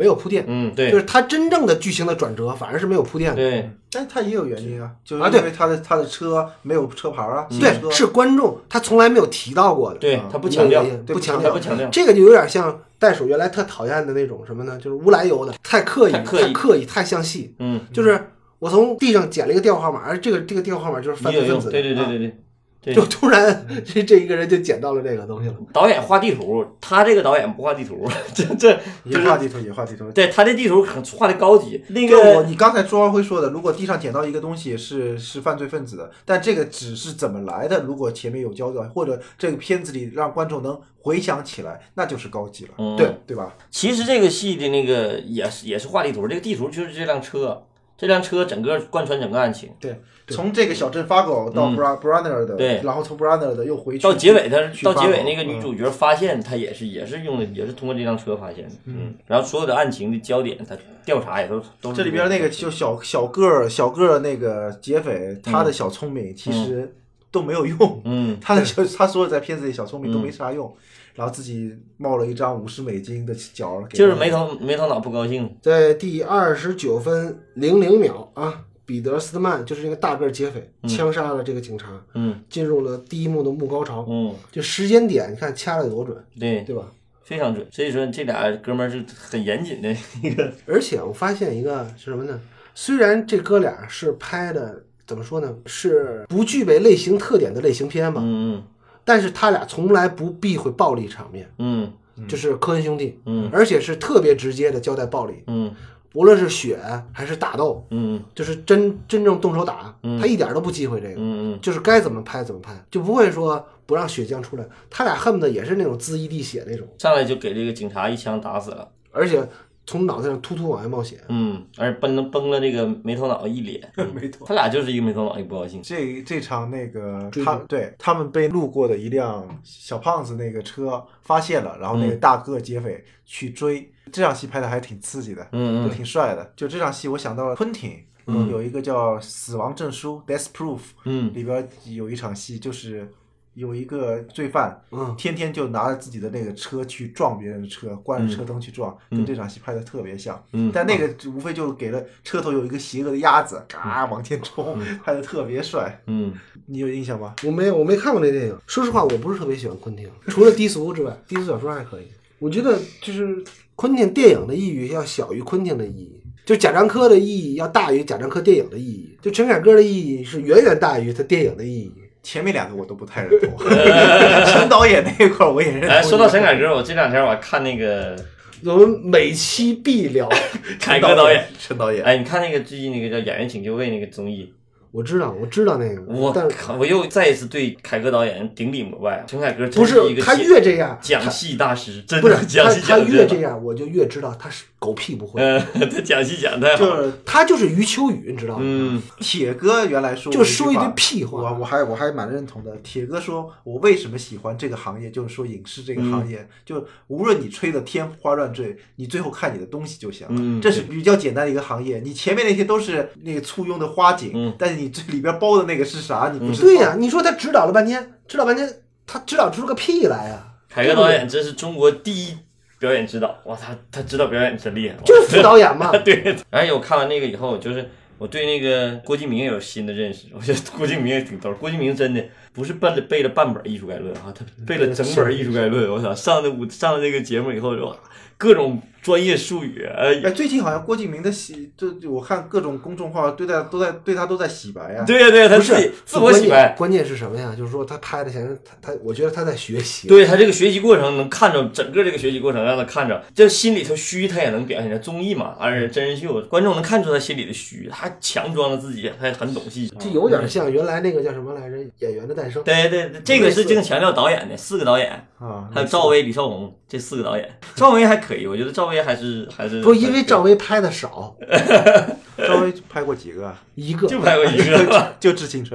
没有铺垫。 对， 就是他真正的剧情的转折反而是没有铺垫的。 对， 但他也有原因啊，就是因为他的车没有车牌啊。 对，是观众他从来没有提到过的。 对，他不强调， 不强调。 这个就有点像袋鼠原来特讨厌的那种什么呢？就是无来由的，太刻意，太像戏。就是我从地上捡了一个电话号码，而这个电话号码就是犯罪分子。 对， 就突然这一个人就捡到了这个东西了。 导演画地图，他这个导演不画地图，这也画地图。 对，他这地图画的高级。那个你刚才朱朝辉说的，如果地上捡到一个东西是犯罪分子的，但这个纸是怎么来的？如果前面有交代，或者这个片子里让观众能回想起来，那就是高级了。对吧？ 其实这个戏的那个也是画地图，这个地图就是这辆车。这辆车整个贯穿整个案情， 对，从这个小镇发狗到 Brunner 的， 对， 然后从 Brunner 的又回去到结尾，那个女主角发现他也是用的，也是通过这辆车发现的，然后所有的案情的焦点，他调查也都是这里边那个就小个那个劫匪，他的小聪明其实都没有用，他所有在片子里小聪明都没啥用。然后自己冒了一张$50的角， 就是没头脑不高兴。 在第29分00秒啊，彼得斯特曼就是这个大个劫匪枪杀了这个警察，进入了第一幕的幕高潮，就时间点你看掐的多准，对吧？ 非常准。所以说这俩哥们儿是很严谨的一个。 而且我发现一个是什么呢？虽然这哥俩是拍的怎么说呢，是不具备类型特点的类型片吧，但是他俩从来不避讳暴力场面，就是科恩兄弟，而且是特别直接的交代暴力，无论是血还是打斗，就是真正动手打，他一点都不忌讳这个，就是该怎么拍怎么拍，就不会说不让血浆出来。他俩恨不得也是那种恣意滴血那种， 上来就给这个警察一枪打死了， 而且从脑袋上突往外冒血， 而崩了这个没头脑一脸，他俩就是一个没头脑一不高兴。 这场那个他们被路过的一辆小胖子那个车发现了，然后那个大个劫匪去追，这场戏拍的还挺刺激的，就挺帅的。就这场戏我想到了昆汀，有一个叫《死亡证书》（Death Proof），里边有一场戏就是有一个罪犯，天天就拿着自己的那个车去撞别人的车，关着车灯去撞，跟这场戏拍的特别像。但那个无非就给了车头有一个邪恶的鸭子，嘎往前冲，拍的特别帅。你有印象吗？ 我没看过那电影。说实话，我不是特别喜欢昆汀，除了低俗之外，低俗小说还可以。我觉得就是昆汀电影的意义要小于昆汀的意义，就贾樟柯的意义要大于贾樟柯电影的意义，就陈凯歌的意义是远远大于他电影的意义。 前面两个我都不太认同，陈导演那一块我也认同。 说到陈凯歌，我这两天我看那个， 我们每期必聊凯歌导演、 陈导演。 哎，你看那个最近那个叫《演员请就位》那个综艺。 我知道那个， 我又再一次对凯歌导演顶礼膜拜。陈凯歌不是一个他越这样讲戏大师，真的不是讲戏他越这样，我就越知道他是狗屁不会。 他讲戏讲太好， 他就是余秋雨，你知道吗？ 铁哥原来就说一堆屁话， 我还蛮认同的。铁哥说我为什么喜欢这个行业，就是说影视这个行业，就无论你吹的天花乱坠，你最后看你的东西就行了。这是比较简单的一个行业，你前面那些都是那个簇拥的花景，但是你这里边包的那个是啥？你不知道。 对呀，你说他指导了半天，他指导出个屁来呀！ 凯歌导演这是中国第一表演指导，哇，他指导表演真厉害， 就是副导演嘛。 对。而且我看完那个以后，就是我对那个郭敬明也有新的认识。我觉得郭敬明也挺逗，郭敬明真的不是背了半本《艺术概论》啊，他背了整本《艺术概论》。我操，上了这个节目以后就各种专业术语。 最近好像郭敬明的洗，就我看各种公众号对他都在洗白啊。 对呀，他自己自我洗白。 关键是什么呀？就是说他拍的前，我觉得他在学习。 对，他这个学习过程能看着整个这个学习过程，让他看着，这心里头虚，他也能表现出来。综艺嘛，而且真人秀，观众能看出他心里的虚，他强装了自己，他很懂戏。 这有点像原来那个叫什么来着，《演员的诞生》。 对，这个是净强调导演的，4个导演啊，还有赵薇、李少红这4个导演。赵薇还可以，我觉得赵薇还是不，因为赵薇拍的少。 赵薇拍过几个？ 一个， 就拍过一个， 就《致青春》啊。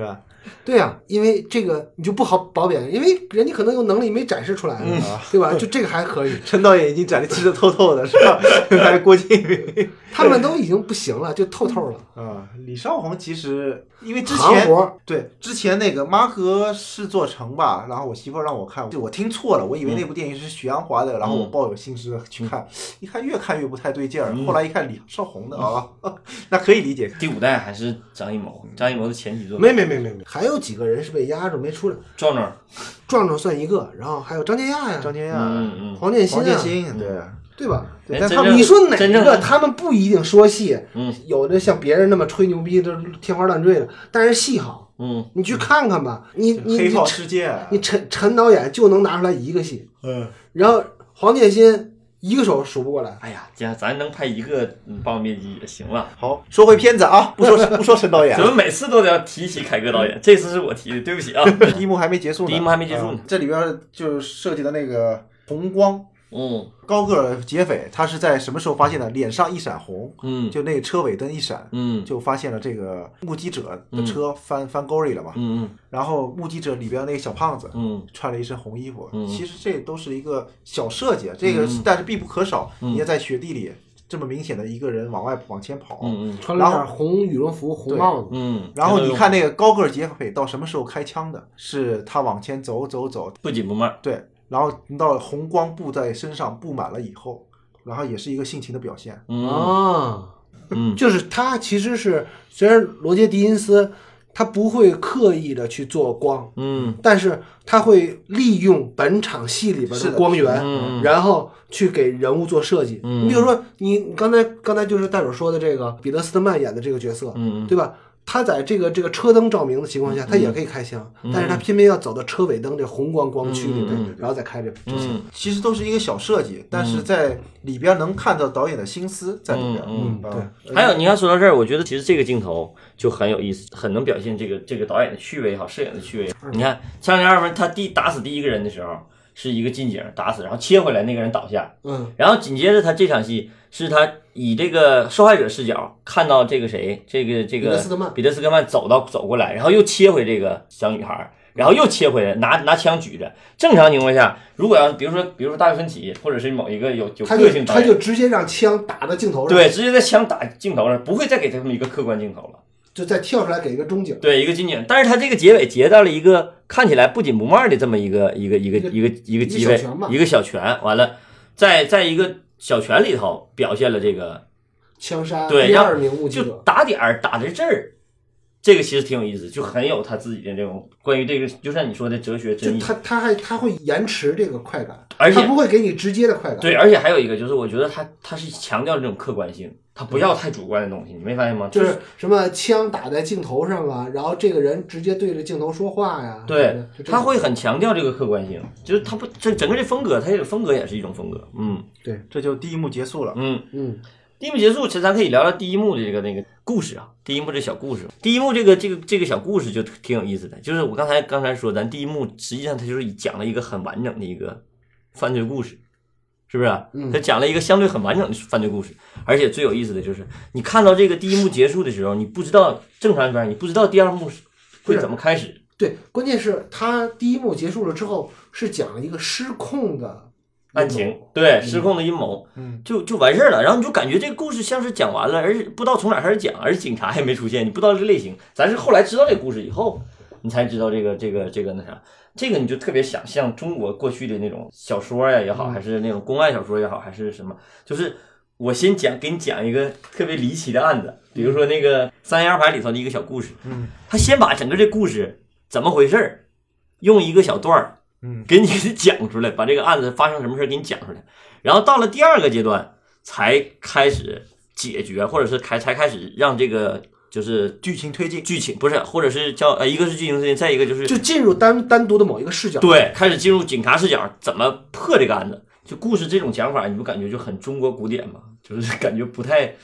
对呀，因为这个你就不好褒贬，因为人家可能有能力没展示出来，对吧？就这个还可以。 陈导演已经展得清清透透的，是吧？还郭敬明， 他们都已经不行了，就透透了。 李少红其实因为之前那个《妈阁是座城》吧，然后我媳妇让我看，我听错了，我以为那部电影是许鞍华的，然后我抱有心思去看，一看越看越不太对劲儿，后来一看李少红的那可以理解。 第5代还是张艺谋的前几作， 没，还有几个人是被压着没出来。壮算一个，然后还有张建亚呀，黄建新对吧？但他们你说哪个？他们不一定说戏，有的像别人那么吹牛逼，的天花乱坠的，但是戏好，你去看看吧。你黑豹世界， 你陈导演就能拿出来一个戏，然后黄建新一个手数不过来。 哎呀，咱能拍一个《霸王别姬》也行了。 好，说回片子啊，不说陈导演， 怎么每次都得要提起凯歌导演？这次是我提的，对不起啊。 第一幕还没结束呢，这里边就设计的那个红光。高个劫匪他是在什么时候发现的？脸上一闪红，就那个车尾灯一闪，就发现了这个目击者的车翻沟里了嘛，然后目击者里边那个小胖子，穿了一身红衣服，其实这都是一个小设计，这个但是必不可少，你也在雪地里。这么明显的一个人往前跑， 穿了件红羽绒服、红帽子， 然后你看那个高个劫匪到什么时候开枪的？是他往前走， 不紧不慢， 对。然后到红光布在身上布满了以后，然后也是一个性情的表现就是他其实是虽然罗杰·狄金斯他不会刻意的去做光，但是他会利用本场戏里边的光源，然后去给人物做设计。你比如说，你刚才就是戴手说的这个彼得·斯特曼演的这个角色，对吧？他在这个车灯照明的情况下，他也可以开枪，但是他偏偏要走到车尾灯这红光区里面，然后再开这枪。 其实都是一个小设计，但是在里边能看到导演的心思在里边。 对。还有，你看说到这儿，我觉得其实这个镜头就很有意思，很能表现这个导演的趣味也好，摄影的趣味。你看《枪林2分》，他打死第一个人的时候是一个近景打死，然后切回来那个人倒下，然后紧接着他这场戏是他以这个受害者视角看到这个谁，这个彼得斯科曼走过来，然后又切回这个小女孩，然后又切回来拿枪举着。正常情况下，如果要比如说大卫芬奇或者是某一个有个性导演， 他就直接让枪打到镜头上， 对，直接在枪打镜头上，不会再给他们一个客观镜头了， 就再跳出来给一个中景， 对，一个近景。但是他这个结尾截到了一个看起来不紧不慢的这么一个机位，一个小拳，完了在一个小拳里头表现了这个枪杀第 2名目击者， 就打点打在这儿，这个其实挺有意思，就很有他自己的这种关于这个，就像你说的哲学真意。 他会延迟这个快感， 而且他不会给你直接的快感。 对，而且还有一个就是，我觉得他是强调这种客观性，他不要太主观的东西，你没发现吗？ 就是什么枪打在镜头上啊，然后这个人直接对着镜头说话呀。 对，他会很强调这个客观性，就是他不整个这风格，他这个风格也是一种风格。 对，这就第一幕结束了。 第一幕结束，其实咱可以聊聊第一幕的那个故事啊。第一幕这小故事，第一幕这个小故事就挺有意思的。就是我刚才说，咱第一幕实际上它就是讲了一个很完整的一个犯罪故事，是不是？他讲了一个相对很完整的犯罪故事，而且最有意思的就是，你看到这个第一幕结束的时候，你不知道正常片，你不知道第二幕会怎么开始。 对，关键是他第一幕结束了之后，是讲了一个失控的案情，对，失控的阴谋，就完事儿了。然后你就感觉这个故事像是讲完了，而且不知道从哪开始讲，而且警察也没出现，你不知道这个类型。咱是后来知道这个故事以后，你才知道这个那啥，这个你就特别想像中国过去的那种小说呀也好，还是那种公案小说也好，还是什么，就是我先给你讲一个特别离奇的案子，比如说那个3言2拍里头的一个小故事，他先把整个这故事怎么回事用一个小段儿。给你讲出来，把这个案子发生什么事给你讲出来，然后到了第二个阶段才开始解决，或者是才开始让这个就是剧情推进， 剧情不是，或者是叫一个是剧情推进，再一个就进入单独的某一个视角， 对，开始进入警察视角，怎么破这个案子？就故事这种讲法，你不感觉就很中国古典吗？就是感觉不太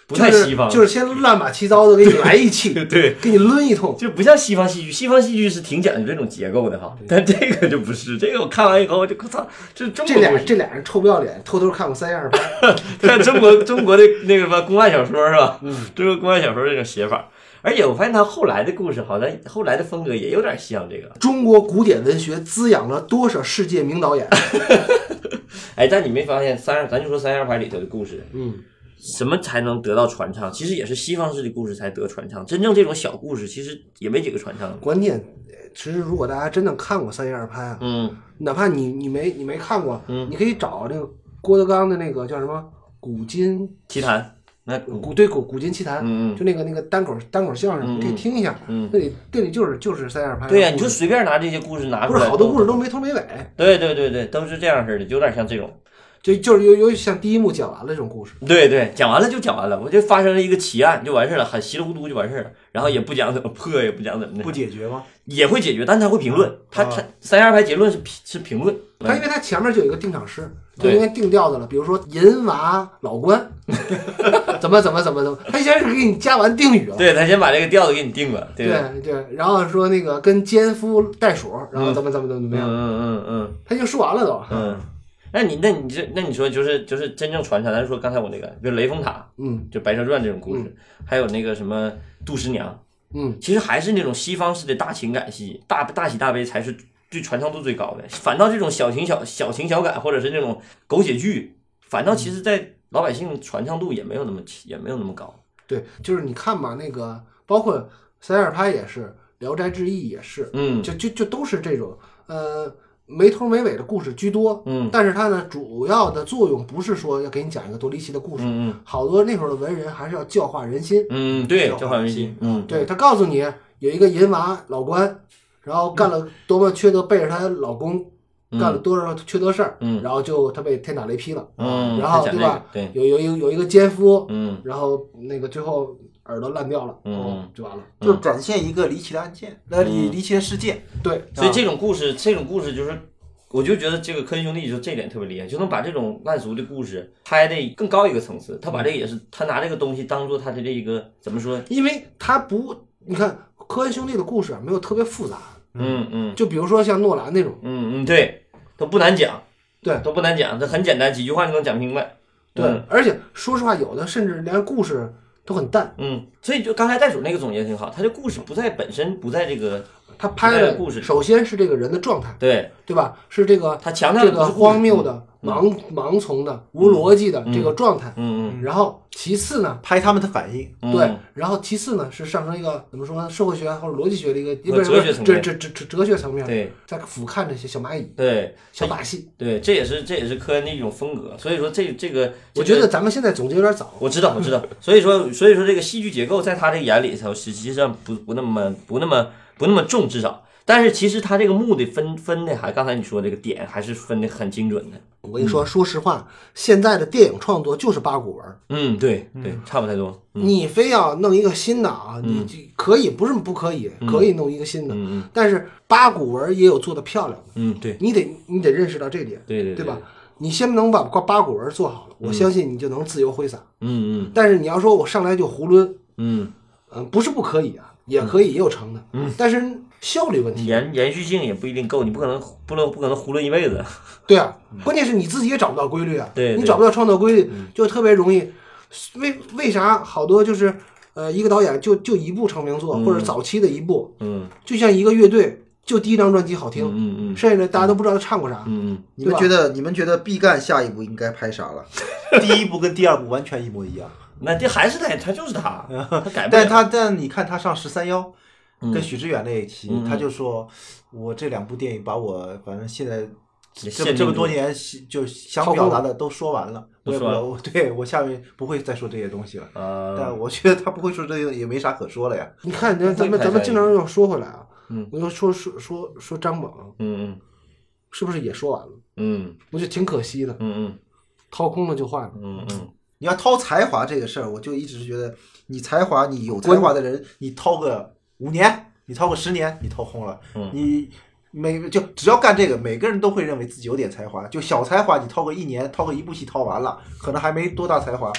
不太西方， 就是先乱码七糟的给你来一气， 对， 给你抡一通， 就不像西方戏剧。西方戏剧是挺讲究这种结构的哈，但这个就不是。这个我看完以后，我就操，这中国这俩人臭不要脸，偷偷看过3言2拍， 看中国的那个什么公案小说是吧？中国公案小说这种写法。而且我发现他后来的故事，好像后来的风格也有点像这个。 中国古典文学滋养了多少世界名导演？ 哎，但你没发现咱就说3言2拍里头的故事，什么才能得到传唱？其实也是西方式的故事才得传唱，真正这种小故事其实也没几个传唱。 关键，其实如果大家真的看过3言2拍啊，哪怕你没看过，你可以找那个郭德纲的那个叫什么《古今奇谭》。那古今奇谭，就那个单口相声，你可以听一下，那里就是3言2拍。 对呀，你就随便拿这些故事拿出来， 不是好多故事都没头没尾。 对，都是这样式的，有点像这种， 就是有像第一幕讲完了这种故事。 对，讲完了就讲完了，我就发生了一个奇案就完事了，很稀里糊涂就完事了，然后也不讲怎么破，也不讲怎么的， 不解决吗？ 也会解决，但他会评论，他3言2拍结论是评论， 他因为他前面就有一个定场诗。就应该定调子了，比如说银娃老关，怎么，他先是给你加完定语了， 对他先把这个调子给你定了，对， 然后说那个跟奸夫带属，然后怎么样，他就说完了都， 那你说就是真正传承，咱说刚才我那个，比如雷峰塔，就白蛇传这种故事，还有那个什么杜十娘，其实还是那种西方式的大情感戏，大喜大悲才是对传唱度最高的，反倒这种小情小感或者是那种狗血剧，反倒其实在老百姓传唱度也没有那么高。 对，就是你看嘛，那个包括3言2拍也是，聊斋志异也是，就都是这种没头没尾的故事居多，但是它呢主要的作用不是说要给你讲一个多离奇的故事，好多那会儿的文人还是要教化人心， 对，教化人心， 对，他告诉你有一个银娃老关。然后干了多么缺德，背着她老公干了多少缺德事儿，然后她被天打雷劈了，然后对吧？ 对， 有一个奸夫，然后那个最后耳朵烂掉了，就完了， 就展现一个离奇的案件，离奇的事件。 对， 所以这种故事就是，我就觉得这个科恩兄弟就这点特别厉害，就能把这种烂俗的故事拍的更高一个层次。他把这个也是他拿这个东西当做他的这一个怎么说？ 因为他不，你看科恩兄弟的故事没有特别复杂。就比如说像诺兰那种， 对，都不难讲， 对， 都不难讲，这很简单，几句话就能讲明白。 对，而且说实话，有的甚至连故事都很淡。 所以就刚才袋鼠那个总结挺好，他这故事不在这个， 他拍的故事，首先是这个人的状态，对吧？是这个他强调这个荒谬的、盲从的、无逻辑的这个状态。然后其次呢， 拍他们的反应。 对，然后其次呢是上升一个怎么说呢？社会学或者逻辑学的一个哲学层面， 哲学层面。 对， 在俯瞰这些小蚂蚁， 对， 小把戏。 对，这也是科恩的一种风格。所以说这个， 我觉得咱们现在总结有点早。 我知道。所以说这个戏剧结构在他这个眼里头，实际上不那么重，至少。但是其实他这个目的分的还，刚才你说这个点还是分的很精准的。 我跟你说，说实话，现在的电影创作就是八股文。 对，差不太多。 你非要弄一个新的啊，你可以，不是不可以，可以弄一个新的。但是八股文也有做的漂亮的。 对， 你得认识到这点。对吧？你先能把八股文做好了，我相信你就能自由挥洒。但是你要说我上来就囫囵，不是不可以啊，也可以，也有成的。但是效率问题， 延续性也不一定够，你不可能囫囵一辈子。 对啊，关键是你自己也找不到规律啊。 对， 你找不到创造规律，就特别容易。为啥好多就是一个导演就一部成名作，或者早期的一部，就像一个乐队。就第一张专辑好听，剩下的大家都不知道他唱过啥。 你们觉得毕赣下一步应该拍啥了？第一部跟第二部完全一模一样。 那这还是他就是他改不了。 但你看他上13+1，跟许知远那一期，他就说我这2部电影把我反正现在这么多年就想表达的都说完了。我下面不会再说这些东西了。但我觉得他不会说这些，也没啥可说了呀。 你看，咱们经常要说回来啊。我就说张猛，是不是也说完了？我觉得挺可惜的。掏空了就坏了。 你要掏才华这个事儿，我就一直觉得，你有才华的人，你掏个5年，你掏个10年，你掏空了。你就只要干这个，每个人都会认为自己有点才华。就小才华，你掏个1年，掏个1部戏掏完了，可能还没多大才华。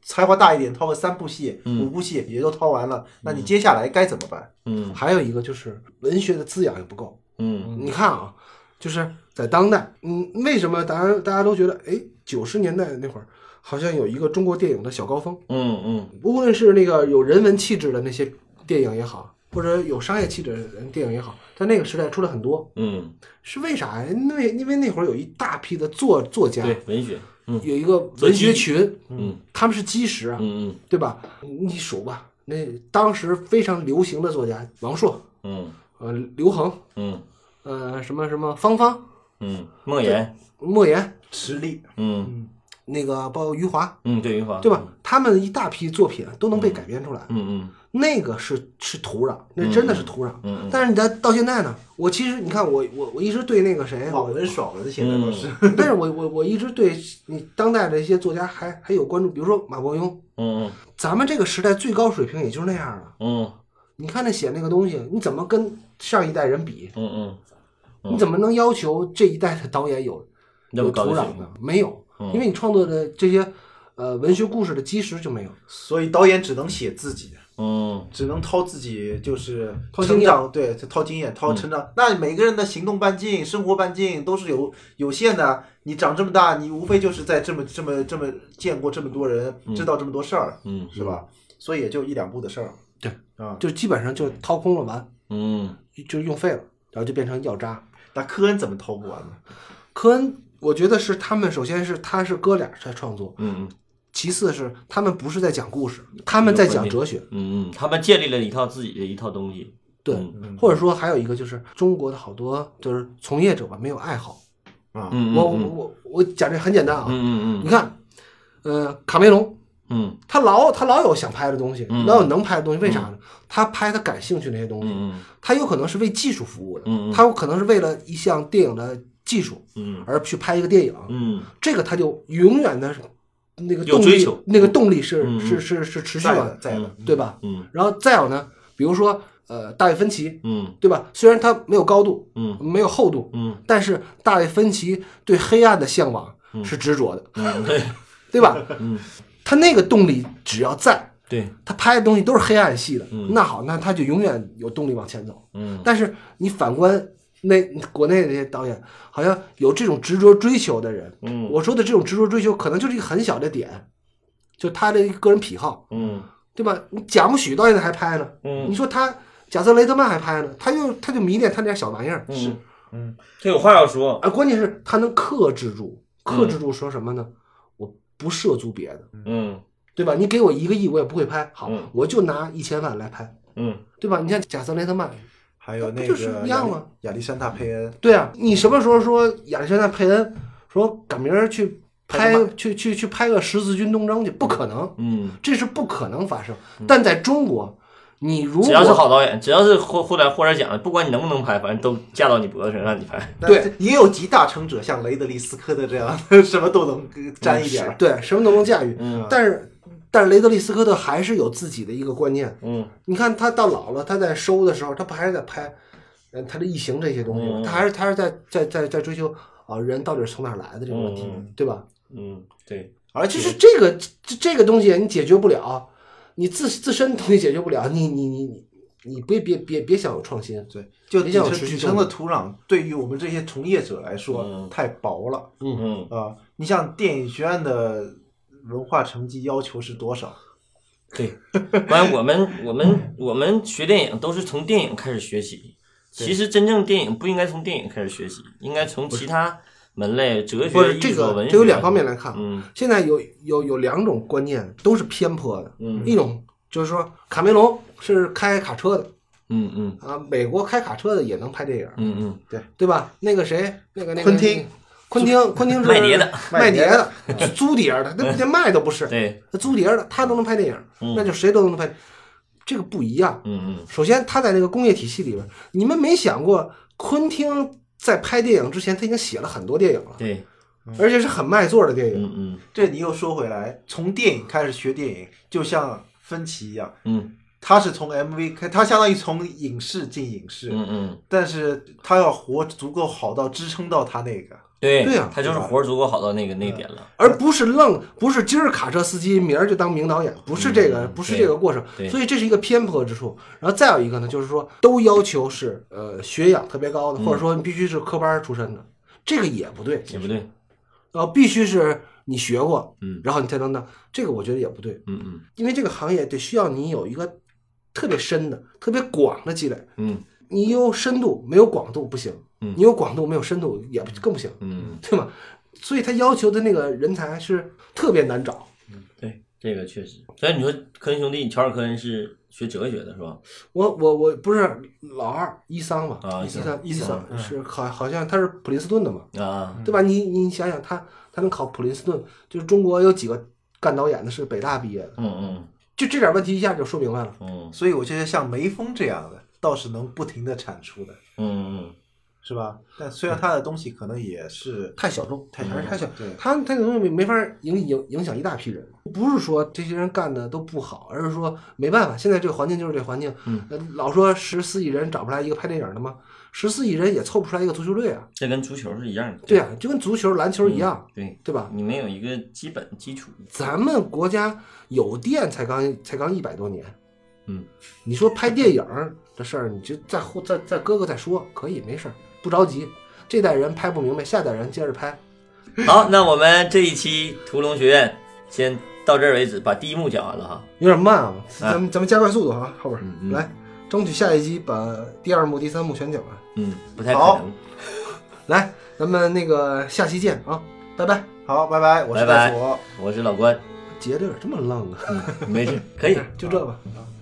才华大一点，掏个3部戏、5部戏也都掏完了，那你接下来该怎么办？ 还有一个就是文学的滋养也不够。你看啊，就是在当代，为什么大家都觉得，哎，90年代那会儿好像有一个中国电影的小高峰。无论是那个有人文气质的那些电影也好，或者有商业气质的电影也好，在那个时代出了很多。是为啥呀？因为那会儿有一大批的作家， 对文学。 有一个文学群，他们是基石啊，对吧？你数吧，那当时非常流行的作家，王朔，刘恒，什么方方， 莫言， 实力， 那个包括余华， 对余华， 对吧？他们一大批作品都能被改编出来，那个是土壤，那真的是土壤。但是你到现在呢，我其实你看我一直对那个谁， 网文爽文现在都是， 但是我一直对你当代的一些作家还有关注，比如说马伯庸，咱们这个时代最高水平也就是那样了，你看他写那个东西，你怎么跟上一代人比？你怎么能要求这一代的导演有土壤呢？没有，因为你创作的这些文学故事的基石就没有， 所以导演只能写自己，只能掏自己，就是成长，对，掏经验，掏成长。那每个人的行动半径、生活半径都是有限的。你长这么大，你无非就是在这么见过这么多人，知道这么多事儿，是吧？所以也就1、2部的事儿。 对啊，就基本上就掏空了完，就用废了，然后就变成药渣。 那科恩怎么掏不完呢？ 科恩，我觉得是他们，首先是他是哥俩在创作，其次是他们不是在讲故事，他们在讲哲学， 他们建立了自己的一套东西。 对，或者说还有一个就是中国的好多就是从业者吧，没有爱好啊。我讲这很简单啊，你看，卡梅隆，他老有想拍的东西，老有能拍的东西，为啥呢？他拍他感兴趣那些东西，他有可能是为技术服务的，他有可能是为了一项电影的技术，而去拍一个电影，这个他就永远的那个动力，那个动力是持续的， 在的， 对吧？然后再有呢，比如说大卫芬奇，对吧？虽然他没有高度，没有厚度，但是大卫芬奇对黑暗的向往是执着的，对吧？他那个动力只要在， 对， 他拍的东西都是黑暗系的，那好，那他就永远有动力往前走。但是你反观国内的这些导演，好像有这种执着追求的人，我说的这种执着追求，可能就是一个很小的点，就他的一个个人癖好，对吧？你贾木许到现在还拍呢，你说他贾瑟雷特曼还拍呢，他就迷恋他那点小玩意儿，是， 他有话要说， 关键是他能克制住说什么呢？我不涉足别的，对吧？你给我1个亿，我也不会拍，好，我就拿1000万来拍，对吧？你像贾瑟雷特曼， 还有那个一样吗？ 亚历山大佩恩， 对啊，你什么时候说亚历山大佩恩说赶明儿去拍去拍个十字军东征去？不可能，这是不可能发生。但在中国，你如果只要是好导演，只要是获点奖的，不管你能不能拍，反正都架到你脖子上让你拍。 对， 也有集大成者，像雷德利·斯科特这样，什么都能沾一点， 对，什么都能驾驭。但是雷德利·斯科特还是有自己的一个观念。你看他到老了，他在收的时候，他不还是在拍他的异形这些东西吗？他还是在追求人到底是从哪来的这个问题，对吧？ 对。 而就是这个东西你解决不了，你自身东西解决不了，你别想有创新， 对，就底层的土壤对于我们这些从业者来说太薄了。你像电影学院的文化成绩要求是多少？ 对，关于我们学电影都是从电影开始学习，其实真正电影不应该从电影开始学习，应该从其他门类，哲学、艺术、文学。 这有2方面来看。现在有2种观念都是偏颇的。一种就是说卡梅隆是开卡车的，美国开卡车的也能拍电影，对吧？那个谁，那个昆汀是卖碟的，租碟的，那卖都不是， 对， 租碟的，他都能拍电影，那就谁都能拍。这个不一样。首先他在那个工业体系里边，你们没想过昆汀在拍电影之前，他已经写了很多电影了， 对， 而且是很卖座的电影。 这你又说回来，从电影开始学电影，就像芬奇一样，他是从 MV 开，他相当于从影视进影视，但是他要活足够好到支撑到他那个， 对呀， 他就是活足够好到那个点了， 而不是不是今儿卡车司机，明儿就当名导演，不是这个，不是这个过程，所以这是一个偏颇之处。然后再有一个呢，就是说都要求是学养特别高的，或者说你必须是科班出身的，这个也不对， 也不对。 必须是你学过，然后你才能当，这个我觉得也不对，因为这个行业得需要你有一个特别深的、特别广的积累，你有深度没有广度不行，你有广度没有深度也更不行，对吗？所以他要求的那个人才是特别难找， 对，这个确实。所以你说科恩兄弟，乔尔·科恩是学哲学的是吧？ 我不是老二伊桑嘛，伊桑是好像他是普林斯顿的嘛，对吧？你想想他能考普林斯顿，就是中国有几个干导演的是北大毕业的，就这点问题一下就说明白了， 所以我觉得像梅峰这样的倒是能不停的产出的，是吧？但虽然他的东西可能也是太小众，还是太小，他这东西没法影响一大批人。不是说这些人干的都不好，而是说没办法，现在这个环境就是这环境。老说14亿人找不来一个拍电影的吗？14亿人也凑不出来一个足球队啊。 这跟足球是一样的。 对啊，就跟足球、篮球一样，对吧？ 你没有一个基本基础。 咱们国家有电才刚100多年。你说拍电影的事儿，你就再搁个再说，可以没事儿。不着急，这代人拍不明白，下代人接着拍。 好，那我们这一期屠龙学院先到这儿为止，把第一幕讲完了哈。 有点慢啊，咱们加快速度哈，后边来，争取下一集把第2幕、第3幕全讲完。 不太可能。 来，咱们那个下期见啊，拜拜。 好，拜拜，我是大佐， 我是老关。 节奏有点这么愣啊？ 没事，可以， 就这吧。